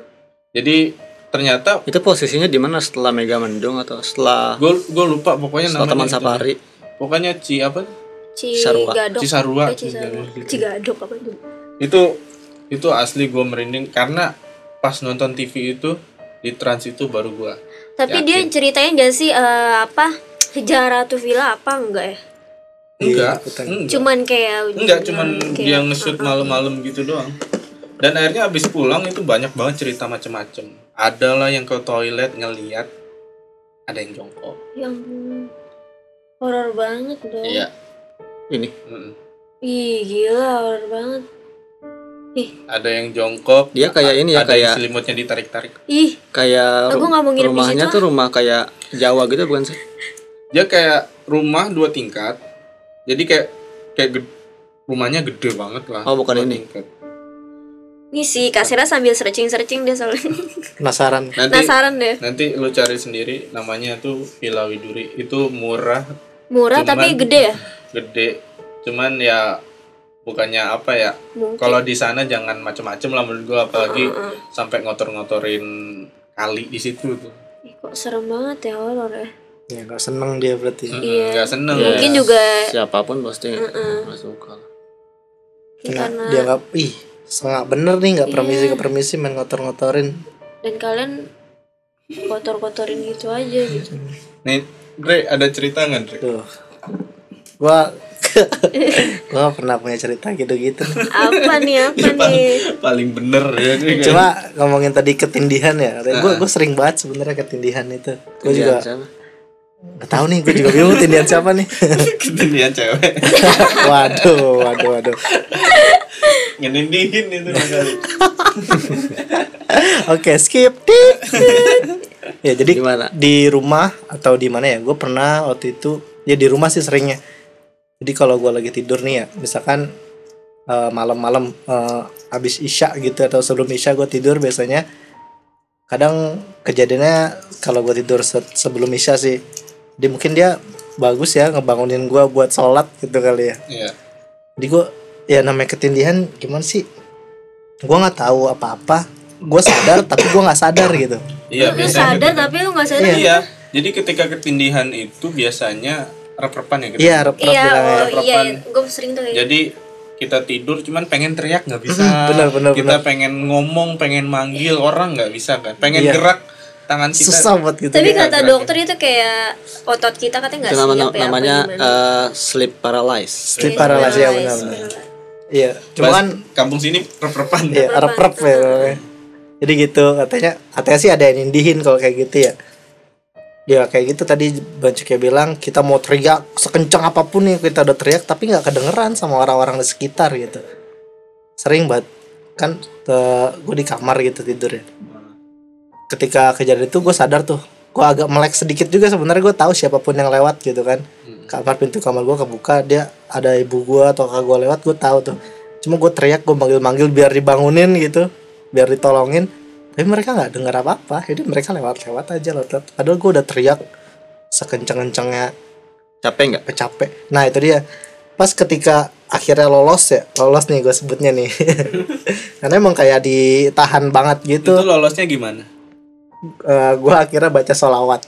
Jadi ternyata Itu posisinya di mana, setelah Mega Mendung atau setelah gue gue lupa pokoknya setelah namanya Taman itu. Safari? Pokoknya Ci apa? Cigadok. Cisarua. Eh, Cisarua. Cigadok apa itu? Itu itu asli gue merinding karena pas nonton T V itu di Trans itu baru gue. Tapi Yakin. dia ceritain gak sih eh, apa Jaratu Villa apa enggak ya? Enggak, ikutan. enggak. Cuman kayak Enggak, cuman kayak- dia nge-shoot malam-malam gitu doang. Dan akhirnya abis pulang itu banyak banget cerita macem-macem. Ada lah yang ke toilet ngeliat ada yang jongkok. yang horor banget dong. Iya. Ini Mm. Ih gila horor banget. Ih, Ada yang jongkok. Dia kayak ini ya, ada yang kayak- selimutnya ditarik-tarik. ih, kayak Aku ru- nggak mau nginep di rumahnya situ, tuh rumah kayak Jawa gitu bukan sih? Dia kayak rumah dua tingkat. Jadi kayak kayak ged- rumahnya gede banget lah. Oh, bukan dua ini. tingkat. ini sih kasirnya sambil searching-searching dia soalnya. Penasaran. Nanti Penasaran deh. nanti lu cari sendiri, namanya tuh Villa Widuri. Itu murah, Murah Cuman- tapi gede ya? gede. Cuman ya bukannya apa ya? Mungkin. Kalau di sana jangan macem-macem lah menurut gua, apalagi sampai ngotor-ngotorin kali di situ tuh. Ih, kok serem banget ya horor ya. Ya nggak seneng dia berarti. Mm-mm, Iya. nggak seneng. Mungkin ya. juga Siapapun pasti nggak suka. Nggak, karena dia nggak, ih, nggak bener nih, nggak permisi ke permisi main ngotor-ngotorin. dan kalian kotor-kotorin gitu aja gitu. Nih, Dre, ada cerita nggak, Dre? Tuh, gua gua nggak pernah punya cerita gitu-gitu. Apa nih apa nih? Paling bener ya. Dre, kan? Cuma ngomongin tadi ketindihan ya, gue gue sering banget sebenarnya ketindihan itu. Gue juga Siapa? nggak tahu nih, gue juga bingung tindihan siapa nih. Ketindihan cewek. Waduh, waduh, waduh. Ngenindihin itu kali. Oke, skip. Tit, tit. Ya jadi Gimana? di rumah atau di mana ya? Gue pernah waktu itu ya di rumah sih seringnya. Jadi kalau gue lagi tidur nih ya, misalkan eh, malam-malam eh, habis isya gitu atau sebelum isya gue tidur biasanya. Kadang kejadiannya kalau gue tidur se- sebelum isya sih, dia mungkin dia bagus ya ngebangunin gue buat sholat gitu kali ya. Iya. Jadi gue ya namanya ketindihan gimana sih? Gue nggak tahu apa-apa. Gue sadar tapi gue nggak sadar gitu. Iya, Lu biasanya. sadar tapi lu nggak sadar. Iya. Jadi ketika ketindihan itu biasanya rep-repan ya. Iya, rep-rep Iya, bilangnya. oh iya, Rep-repan. iya. Gue sering tuh kayak Jadi kita tidur cuman pengen teriak nggak bisa. benar, benar, kita benar. pengen ngomong, pengen manggil orang nggak bisa kan. Pengen Iya. gerak tangan kita. Susah buat gitu. Tapi dia. kata gerak, dokter itu kayak otot kita katanya nggak Itu nama, siap ya namanya apa gimana. eh, sleep paralysis. Sleep paralysis ya, benar, benar. Iya, cuma kan kampung sini rep-repan. ya rep-rep ya. namanya. Jadi gitu katanya, katanya sih ada yang nindihin kalau kayak gitu ya. Ya kayak gitu tadi Bancuknya bilang kita mau teriak sekencang apapun nih kita udah teriak tapi nggak kedengeran sama orang-orang di sekitar gitu. Sering banget kan gue di kamar gitu tidur ya. Ketika kejadian itu gue sadar tuh, gue agak melek sedikit juga sebenarnya. Gue tahu siapapun yang lewat gitu kan. Kamar pintu kamar gue kebuka, dia ada ibu gue atau kakak gue lewat, gue tahu tuh. Cuma gue teriak, gue manggil-manggil biar dibangunin gitu, biar ditolongin. Tapi mereka nggak dengar apa-apa, jadi mereka lewat-lewat aja loh. Padahal gue udah teriak sekencang-kencangnya, Capek nggak? capek. Nah itu dia. Pas ketika akhirnya lolos ya, lolos nih gue sebutnya nih. Karena emang kayak ditahan banget gitu. Itu lolosnya gimana? Uh, gue akhirnya baca sholawat.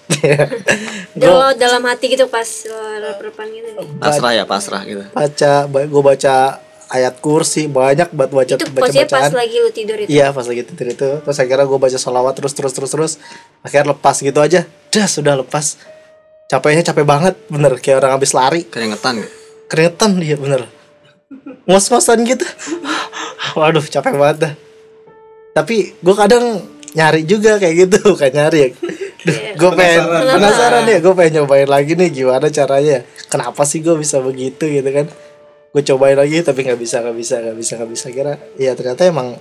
Dalam dalam hati gitu pas rep-repan gitu. Pasrah ya, pasrah gitu. Baca, gue baca ayat kursi banyak buat baca Itu baca posisinya pas bacaan. lagi lu tidur itu. Iya pas lagi tidur itu. Terus akhirnya gue baca sholawat terus terus terus terus. Akhirnya lepas gitu aja. Dah sudah lepas. Capeknya capek banget, bener kayak orang habis lari. Keringetan nggak? Keringetan dia bener. Ngos-ngosan gitu. Waduh capek banget dah. Tapi gue kadang nyari juga kayak gitu, kayak nyari ya. Gue pengen Penasaran. penasaran ya, gue pengen nyobain lagi nih gimana caranya. Kenapa sih gue bisa begitu gitu kan? Gue cobain lagi tapi nggak bisa, nggak bisa, nggak bisa, nggak bisa. Kira, ya ternyata emang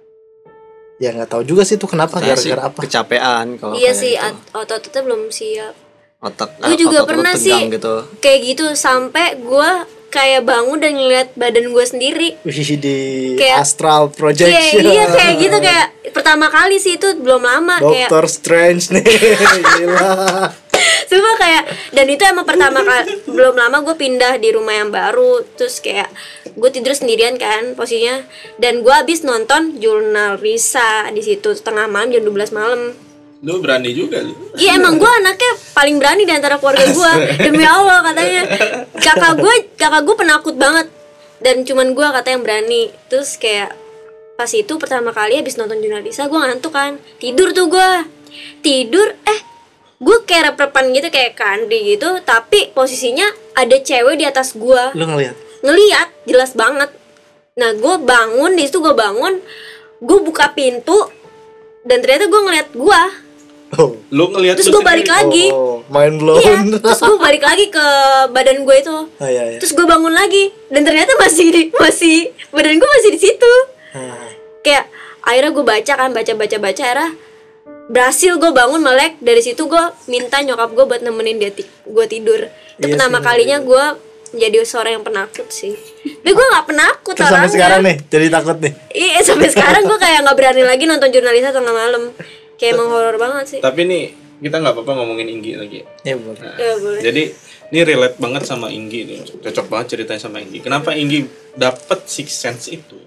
ya nggak tahu juga sih itu kenapa, Saya sih gara-gara apa. kecapean kalau Iya kayak sih, gitu. at- otot-ototnya belum siap. Otak Gue ah, juga otot lu pernah tegang sih gitu. kayak gitu sampai gue kayak bangun dan ngeliat badan gue sendiri. Wih di Kayak- astral Iya, projection. iya kayak gitu kayak pertama kali sih itu belum lama kayak Doctor Strange nih, gila. Sumpah kayak dan itu emang pertama kali belum lama gue pindah di rumah yang baru terus kayak gue tidur sendirian kan posisinya, dan gue habis nonton Jurnal Risa di situ tengah malam jam dua belas malam. Lu berani juga lu. Iya emang gue anaknya paling berani di antara keluarga gue, demi Allah katanya. Kakak gue kakak gue penakut banget, dan cuman gue kata yang berani. Terus kayak pas itu pertama kali habis nonton Jurnal Risa gue ngantuk kan, tidur tuh gue tidur eh gue kayak rep-repan gitu kayak Kandi gitu, tapi posisinya ada cewek di atas gue. Lu ngeliat? Ngeliat jelas banget. Nah gue bangun di situ, gue bangun, gue buka pintu dan ternyata gue ngeliat gue. Oh. Lu ngelihat Terus lu gue balik sendiri. lagi. Oh, main blown. Iya. Terus gue balik lagi ke badan gue itu. Oh, iya, iya. Terus gue bangun lagi dan ternyata masih di, masih badan gue masih di situ. Ah. Kayak akhirnya gue baca kan, baca baca baca akhirnya berhasil gue bangun melek. Dari situ gue minta nyokap gue buat nemenin dia ti- gue tidur. Itu Iya pertama sih, kalinya gue menjadi seorang yang penakut sih. Tapi gue nggak penakut Terus sampai orangnya. sekarang nih jadi takut nih. Iya sampai sekarang gue kayak nggak berani lagi nonton Jurnal Risa tengah malam. Kayak emang horor banget sih. Tapi nih kita nggak apa-apa ngomongin Inggi lagi. Ya boleh. Nah, Ya, boleh. Jadi ini relate banget sama Inggi nih. Cocok banget ceritanya sama Inggi. Kenapa Inggi dapet six sense itu?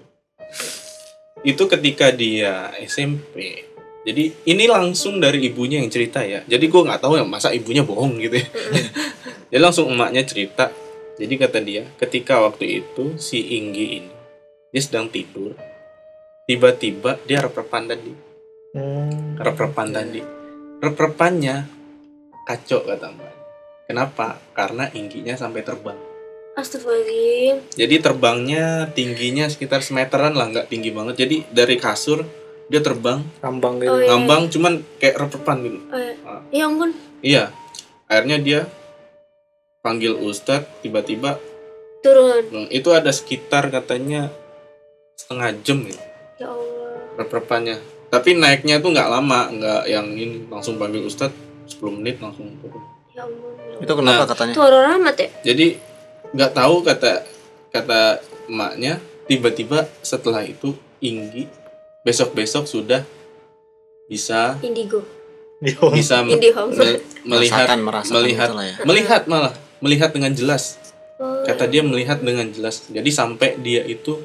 Itu ketika dia S M P. Jadi ini langsung dari ibunya yang cerita ya. Jadi gue nggak tahu ya masa ibunya bohong gitu ya. Jadi langsung emaknya cerita. Jadi kata dia, ketika waktu itu si Inggi ini dia sedang tidur, tiba-tiba dia rep-repan tadi, Hmm. rep-repan tadi, rep-repannya kacau kata mbak. Kenapa? Karena Ingginya sampai terbang. Astagfirullahaladzim. Jadi terbangnya tingginya sekitar semeteran lah, nggak tinggi banget. Jadi dari kasur dia terbang, Ngambang gitu. Oh, iya. ngambang, cuman kayak rep-repan gitu. Oh, ya. Ah, Ya ampun. iya, akhirnya dia panggil ustadz, tiba-tiba Turun. hmm, itu ada sekitar katanya setengah jam gitu Ya Allah. rep-repannya. Tapi naiknya tuh nggak lama, nggak yang ini langsung panggil ustadz sepuluh menit langsung turun. Ya ampun. Ya Itu kenapa Nah. katanya? Itu horor amat ya. Jadi nggak tahu kata kata emaknya, tiba-tiba setelah itu Inggi besok-besok sudah bisa Indigo. Yo. bisa me- Indihome. me- melihat Merasakan, merasakan melihat itulah ya. melihat malah melihat dengan jelas. Oh, Kata dia melihat dengan jelas. Jadi sampai dia itu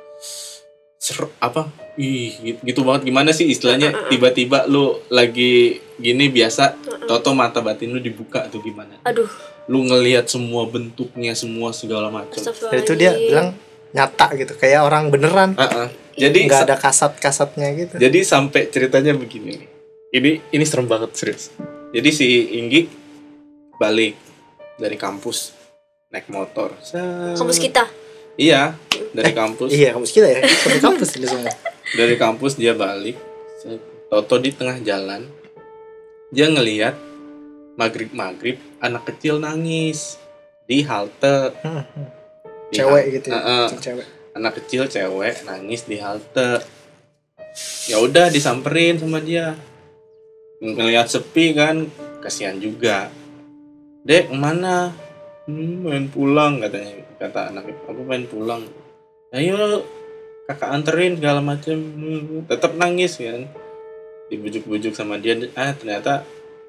ser apa? Ih, gitu, gitu banget. Gimana sih istilahnya? Tiba-tiba lu lagi gini biasa, toto mata batin lu dibuka tuh gimana? aduh. Lu ngelihat semua bentuknya, semua segala macam. Astagfirullahaladzim. Itu dia bilang nyata gitu, kayak orang beneran. Ah, ah. Jadi Nggak sa- ada kasat-kasatnya gitu. jadi sampai ceritanya begini nih. Ini ini serem banget serius. Jadi si Inggi balik dari kampus naik motor. Set. Kampus kita. Iya, dari kampus. Iya, kampus kita ya. Satu kampus ini semua. Dari kampus dia balik, toto di tengah jalan dia ngelihat maghrib maghrib anak kecil nangis di halte. Hmm, hmm. Di Cewek hal- gitu ya. Eh, eh, Cewek. anak kecil cewek nangis di halte. Ya udah disamperin sama dia, ngelihat sepi kan, kasihan juga. Dek mana? Hmm, main pulang katanya, kata anak itu. Aku main pulang. Ayo kakak anterin segala macem. Hmm, tetap nangis kan, dibujuk-bujuk sama dia. Ah ternyata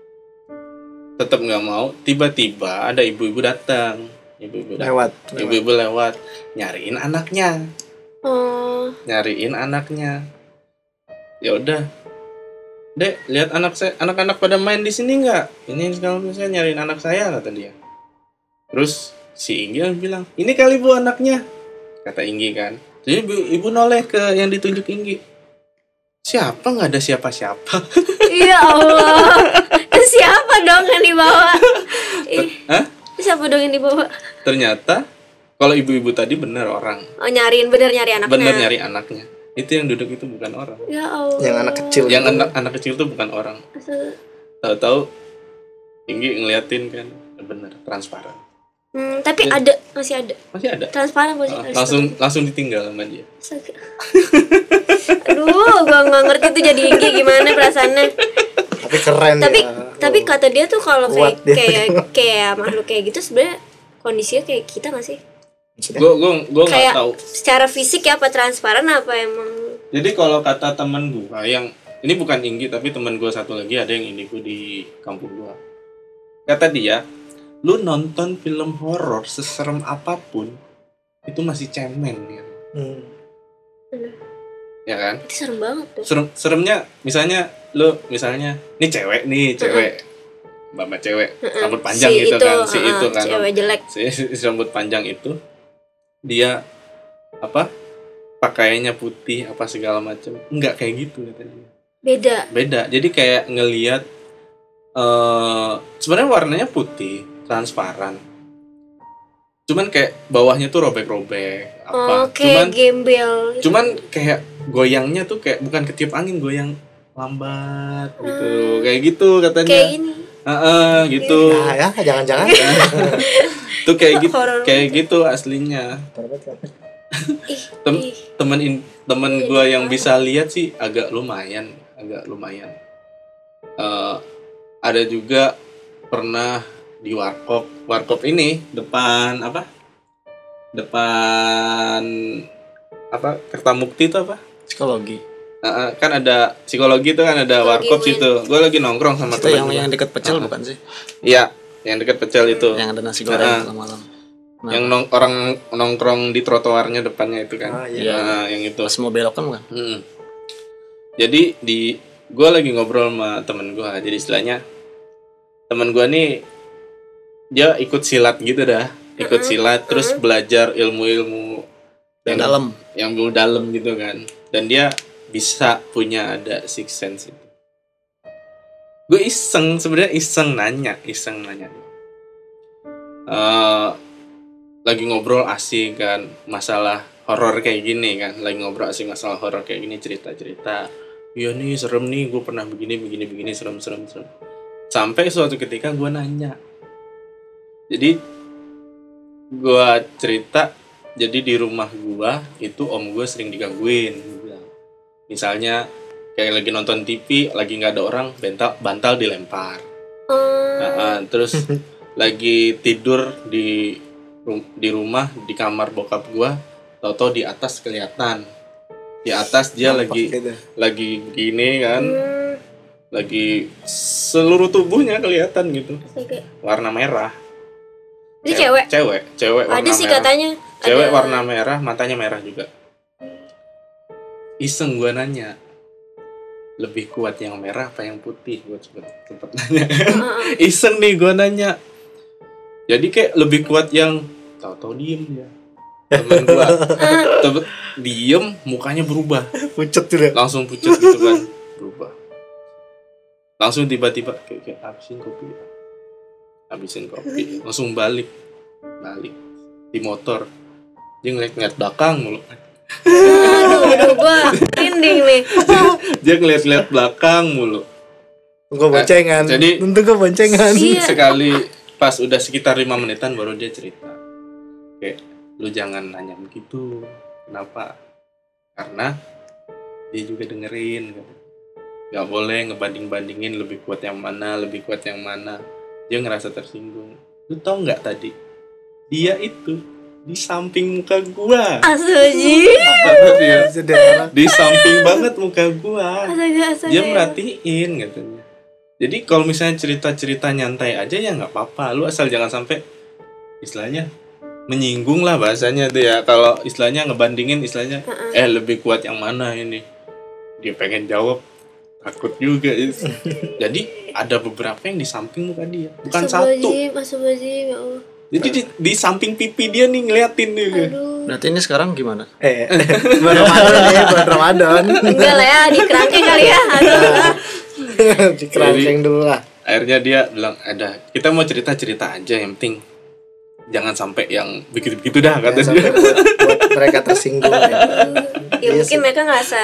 tetap nggak mau. Tiba-tiba ada ibu-ibu datang, ibu-ibu datang. Lewat. lewat. Ibu-ibu lewat nyariin anaknya, Oh, nyariin anaknya. Ya udah, Dek, lihat anak saya, anak-anak pada main di sini nggak? Ini sekarang saya nyariin anak saya kata dia. Terus si Inggi bilang, ini kali bu anaknya, kata Inggi kan. Jadi ibu, ibu noleh ke yang ditunjuk Inggi. Siapa? Nggak ada siapa-siapa. ya Allah. Itu siapa dong yang dibawa? Ih, Hah? itu siapa dong yang dibawa? Ternyata kalau ibu-ibu tadi benar orang, Oh, nyariin bener nyari anaknya. benar nyari anaknya. Itu yang duduk itu bukan orang. Ya Allah. Yang anak kecil. Yang anak anak kecil itu bukan orang. Asa- Tahu-tahu Inggi ngeliatin kan, bener transparan. Hmm, tapi Ya. ada, masih ada. Masih ada. Transparan masih Ah, ada. langsung langsung ditinggal sama dia. Astaga. Aduh, gua nggak ngerti tuh jadi Inggi gimana perasaannya. Tapi keren Tapi ya. tapi kata dia tuh kalau kayak Kuat dia. kayak kayak makhluk kayak gitu sebenarnya kondisinya kayak kita nggak sih? Maksudnya? Gue gue gue nggak Kayak tahu. secara fisik ya apa transparan apa emang? Jadi kalau kata teman gue yang ini bukan Inggi tapi teman gue satu lagi ada yang indigo di kampung gue. Kata dia, lu nonton film horor seserem apapun, itu masih cemen gitu. Hmm. Ya kan? Itu serem banget tuh. Serem seremnya misalnya lu misalnya nih cewek nih cewek mbak cewek rambut panjang Si gitu itu, kan si uh-uh, itu kan cewek jelek. si, si rambut panjang itu dia apa pakaiannya putih apa segala macam enggak kayak gitu katanya. Beda. Beda. Jadi kayak ngelihat uh, sebenarnya warnanya putih transparan. Cuman kayak bawahnya tuh robek-robek apa. Oke, Cuman gembel. cuman kayak goyangnya tuh kayak bukan ketiup angin, goyang lambat gitu. Kayak gitu katanya. Kayak gini. Heeh, gitu. Nah, ya, jangan-jangan. Tuh kayak gitu, Horor. kayak gitu aslinya. Ih, Tem ih. temen in, temen gua yang bisa lihat sih agak lumayan, agak lumayan. Eh, ada juga pernah di warkop, warkop ini depan apa? Depan apa? Kertamukti itu apa? Psikologi. Uh, kan ada psikologi itu kan ada Psikologi warkop Win. situ. Gue lagi nongkrong sama Itu temen yang gua. yang dekat pecel Uh-uh. bukan sih? Iya, yang dekat pecel itu. Yang ada nasi goreng Ah. malam-malam. Nah, Yang nong orang nongkrong di trotoarnya depannya itu kan. Ah, iya. Nah, yang itu. pas mau belok kan bukan? Mm. Jadi di gue lagi ngobrol sama temen gue. Jadi istilahnya temen gue nih dia ikut silat gitu dah, ikut silat terus belajar ilmu-ilmu Yang dalam. yang dulu dalam gitu kan. Dan dia bisa punya ada six sense itu. Gue iseng sebenarnya iseng nanya, iseng nanya. Eh, lagi ngobrol asik kan masalah horor kayak gini kan, lagi ngobrol asik masalah horor kayak gini cerita-cerita. Iya nih serem nih, gue pernah begini begini begini serem serem serem. Sampai suatu ketika gue nanya. Jadi gue cerita, jadi di rumah gue itu om gue sering digangguin. Gua bilang. Misalnya kayak lagi nonton T V, lagi nggak ada orang, bantal bantal dilempar. Hmm, Nah, ah, terus lagi tidur di ru- di rumah di kamar bokap gue, tahu-tahu di atas kelihatan. Di atas dia lagi Gitu. lagi gini kan, hmm, lagi seluruh tubuhnya kelihatan gitu, kayak- warna merah. Itu cewek. Cewek, cewek warna Ada sih merah. katanya. Cewek ada. warna merah, matanya merah juga. Iseng gue nanya, lebih kuat yang merah apa yang putih? Gue sempet, sempet nanya. Iseng nih gue nanya. Jadi kayak lebih kuat yang tahu-tahu diem dia. Temen gue, Tebe- diem, mukanya berubah, Pucet tuh deh. langsung pucat gitu kan, berubah. Langsung tiba-tiba kayak, kayak habisin kopi, habisin kopi, langsung balik, balik di motor. Dia ngeliat-ngeliat belakang mulu. Aduh, aduh, gua merinding nih. Dia ngeliat-ngeliat belakang mulu. Gue boncengan. jadi- Tentu gue boncengan. Iya. Sekali pas udah sekitar lima menitan baru dia cerita. Kayak, lu jangan nanya begitu. Kenapa? Karena dia juga dengerin. Gak boleh ngebanding-bandingin lebih kuat yang mana, lebih kuat yang mana. Dia ngerasa tersinggung. Lu tau nggak tadi? Dia itu di samping muka gua. Astaga. Kata dia, Sedih orang. di samping banget muka gua. Astaga, astaga. Dia merhatiin katanya. Jadi kalau misalnya cerita-cerita nyantai aja ya nggak apa-apa. Lu asal jangan sampai istilahnya menyinggung lah bahasanya tuh ya. Kalau istilahnya ngebandingin istilahnya eh lebih kuat yang mana ini. Dia pengen jawab takut juga. Jadi ada beberapa yang di samping muka dia, bukan satu. Astagfirullahaladzim, astagfirullahaladzim, ya Allah. Jadi di, di samping pipi dia nih ngeliatin nih. Aduh. Berarti ini sekarang gimana? Eh, bulan Ramadan ya, bulan Ramadan. Enggak lah ya, di kerangkeng kali ya. Aduh. Di kerangkeng dulu lah. Akhirnya dia bilang, ada kita mau cerita-cerita aja yang penting jangan sampai yang begitu-begitu dah kata Ya, dia. sampai buat, buat mereka tersinggung ya. Ya Iya mungkin sih. mereka ngerasa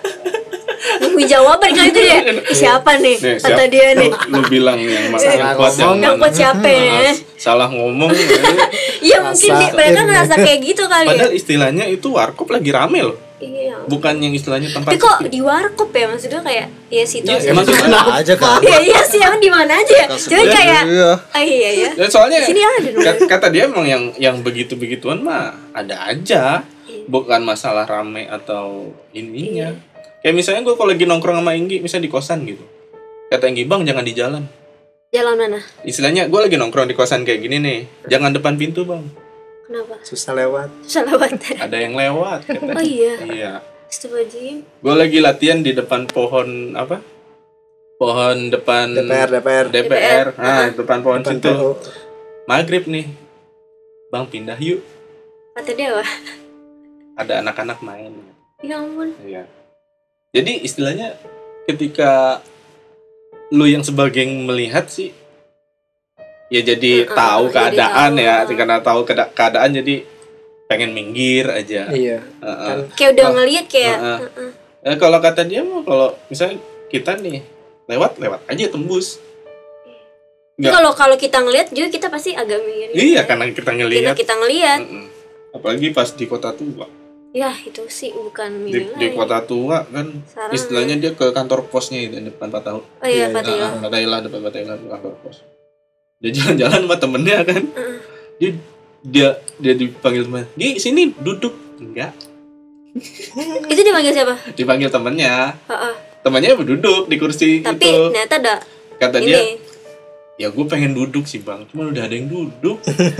nungguin jawaban kali itu ya. Siapa nih? Nih, Kata siap- dia nih. Lu, lu bilang yang mana Salah yang kuat yang ngomong. Yang mana. kuat siapa ya? Ah, salah ngomong. ya. Iya mungkin Rasa di- mereka ini. ngerasa kayak gitu kali ya. Padahal istilahnya itu warkop lagi rame loh. Iya. Bukan yang istilahnya tempat Tapi kok sepi. di warkop ya maksudnya kayak ya situasi. Iya, emang Di mana aja kan? Iya iya sih emang di mana aja ya. Cuma Iya, kayak iya. ah iya ya. Dan soalnya Di sini ada dong. kat- kata dia emang yang yang begitu-begituan mah ada aja. Bukan masalah rame atau ininya. Kayak misalnya gue kalau lagi nongkrong sama Inggi misalnya di kosan gitu. Kata Inggi, "Bang, jangan di jalan." Jalan mana? Istilahnya gue lagi nongkrong di kosan kayak gini nih. Jangan depan pintu, Bang. Kenapa? susah lewat. Susah lewat. Ada yang lewat katanya. Oh iya. Iya. Astagfirullahaladzim. Gue lagi latihan di depan pohon apa? Pohon depan D P R D P R D P R. Nah, depan pohon Depan situ. P O. Maghrib nih. Bang pindah yuk. Kata dia wah. Ada anak-anak main. Ya ampun. Iya. Jadi istilahnya ketika lu yang sebagai melihat sih ya jadi Heeh, tahu jadi keadaan tahu. ya, karena tahu keada- keadaan jadi pengen minggir aja. Iya. Heeh. Kan Kayak udah Oh, ngeliat kayak. heeh. heeh. Eh, kalau kata dia mah kalau misalnya kita nih lewat lewat aja tembus. Tapi Kalau kalau kita ngeliat juga kita pasti agak mikir. Iya, karena kita Kita ngelihat. kita ngeliat. Mm-mm. Apalagi pas di kota tua. Ya itu sih bukan Di, milih di lagi. kota tua kan Sarang. istilahnya dia ke kantor posnya itu depan Patah. Oh iya, Iya, Pak Tio. Nah, Patailah depan Patailah di kantor pos. Dia jalan-jalan sama temennya kan. Heeh. Dia dia dia dipanggil teman. Di sini duduk. Enggak. Itu dipanggil siapa? Dipanggil temennya. Heeh. Temannya duduk di kursi Tapi itu. ternyata ada Kata dia, ini. ya gue pengen duduk sih bang, cuman udah ada yang duduk.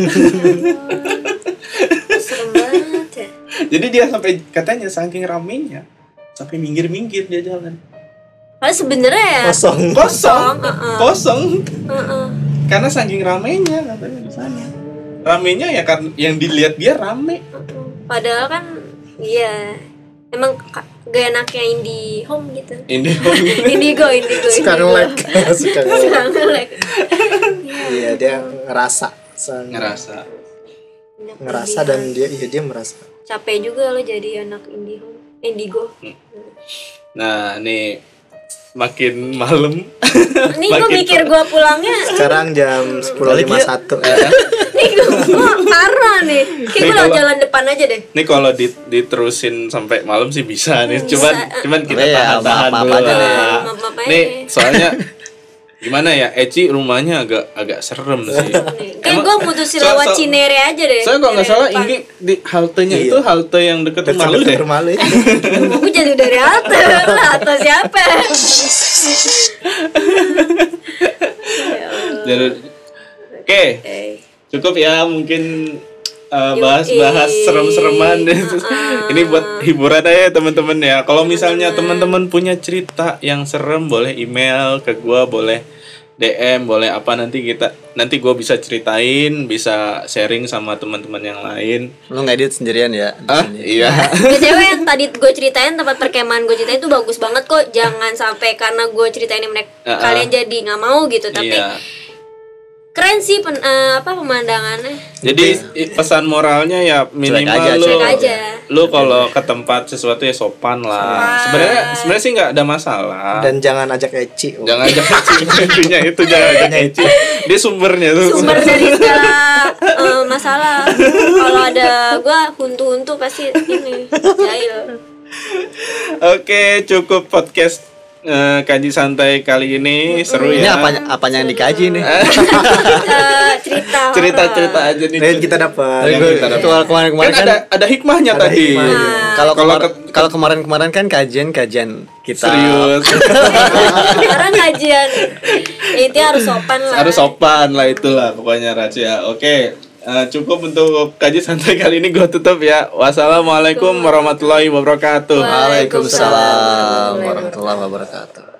Serem banget ya. Jadi dia sampai katanya saking ramenya sampai minggir-minggir dia jalan. Padahal sebenarnya ya. kosong. Kosong, Heeh. kosong. Heeh. Karena saking ramenya katanya di sana. Ramenya ya kan yang dilihat dia rame. Heeh. Padahal kan iya. Emang ka- gak enaknya indie home gitu. Ini Indigo, indigo, Suka indigo. nge-lag. Suka nge-lag. Suka nge-lag. Iya, dia ngerasa. Sang- ngerasa. Anak ngerasa indie dan home. dia iya dia merasa. Capek juga lo jadi anak indie home. Indigo. Nah, nih makin malam. Ini gue Makin mikir gue pulangnya. Sekarang jam sepuluh lima puluh satu. Nih gue parah nih. Kayak Nih, gue lewat kalau- jalan depan aja deh. Nih kalau di- diterusin sampai malam sih bisa nih. Cuman Bisa. cuman kita Iya, tahan-tahan maaf-maaf dulu aja lah. nih. Maaf-maaf aja Nih nih. soalnya gimana ya? Eci rumahnya agak agak serem sih. Kayak Emang- gue mutusin so- lewat so- Cinere aja deh. Saya kalau nggak Cinere salah depan. ini di haltenya Iya. itu halte yang deket rumah lu deh. Rumah lu itu. Mau gue jatuh dari halte. Halte siapa? Ya Allah. Jadi- Oke, Eh. cukup ya mungkin uh, Yuk, bahas-bahas ih. serem-sereman. Uh-uh. Ini buat hiburan aja teman-teman ya. Kalau misalnya teman-teman punya cerita yang serem boleh email ke gua, boleh D M, boleh apa nanti kita nanti gua bisa ceritain, bisa sharing sama teman-teman yang lain. Lu ngedit sendirian ya di Ah, sini. iya. B T W yang tadi gue ceritain tempat perkemahan gue ceritain itu bagus banget kok. Jangan sampai karena gue ceritain mereka Uh-uh. kalian jadi nggak mau gitu. Tapi Iya. keren sih pen, eh, apa pemandangannya. Jadi i- pesan moralnya ya minimal aja, lu Cuek aja. lu kalau ke tempat sesuatu ya sopan lah. Sebenarnya sebenarnya sih nggak ada masalah. Dan jangan ajak Eci. Oh. Jangan jangan intinya itu jangan ajak Eci. Dia sumbernya tuh. Sumber dari segala eh, masalah. Kalau ada gue huntu-huntu pasti ini jahil. Oke, cukup podcast eh, kaji santai kali ini. Seru Ini ya. apanya apanya yang dikaji nih? Eh, cerita. Cerita-cerita aja nih. Dan kita dapat. Yang Gua- kita dapat. kalau kemarin-kemarin Kan kan, ada ada hikmahnya Ada tadi. hikmahnya. kalau Kalau kemar- ke- kalau kemarin-kemarin kan kajian-kajian kita Serius. Sekarang kajian. Ya, itu harus sopan lah. Harus sopan lah itulah pokoknya Raja. Oke. eh, cukup untuk kaji santai kali ini gue tutup ya. Wassalamualaikum warahmatullahi wabarakatuh. Waalaikumsalam warahmatullahi wabarakatuh.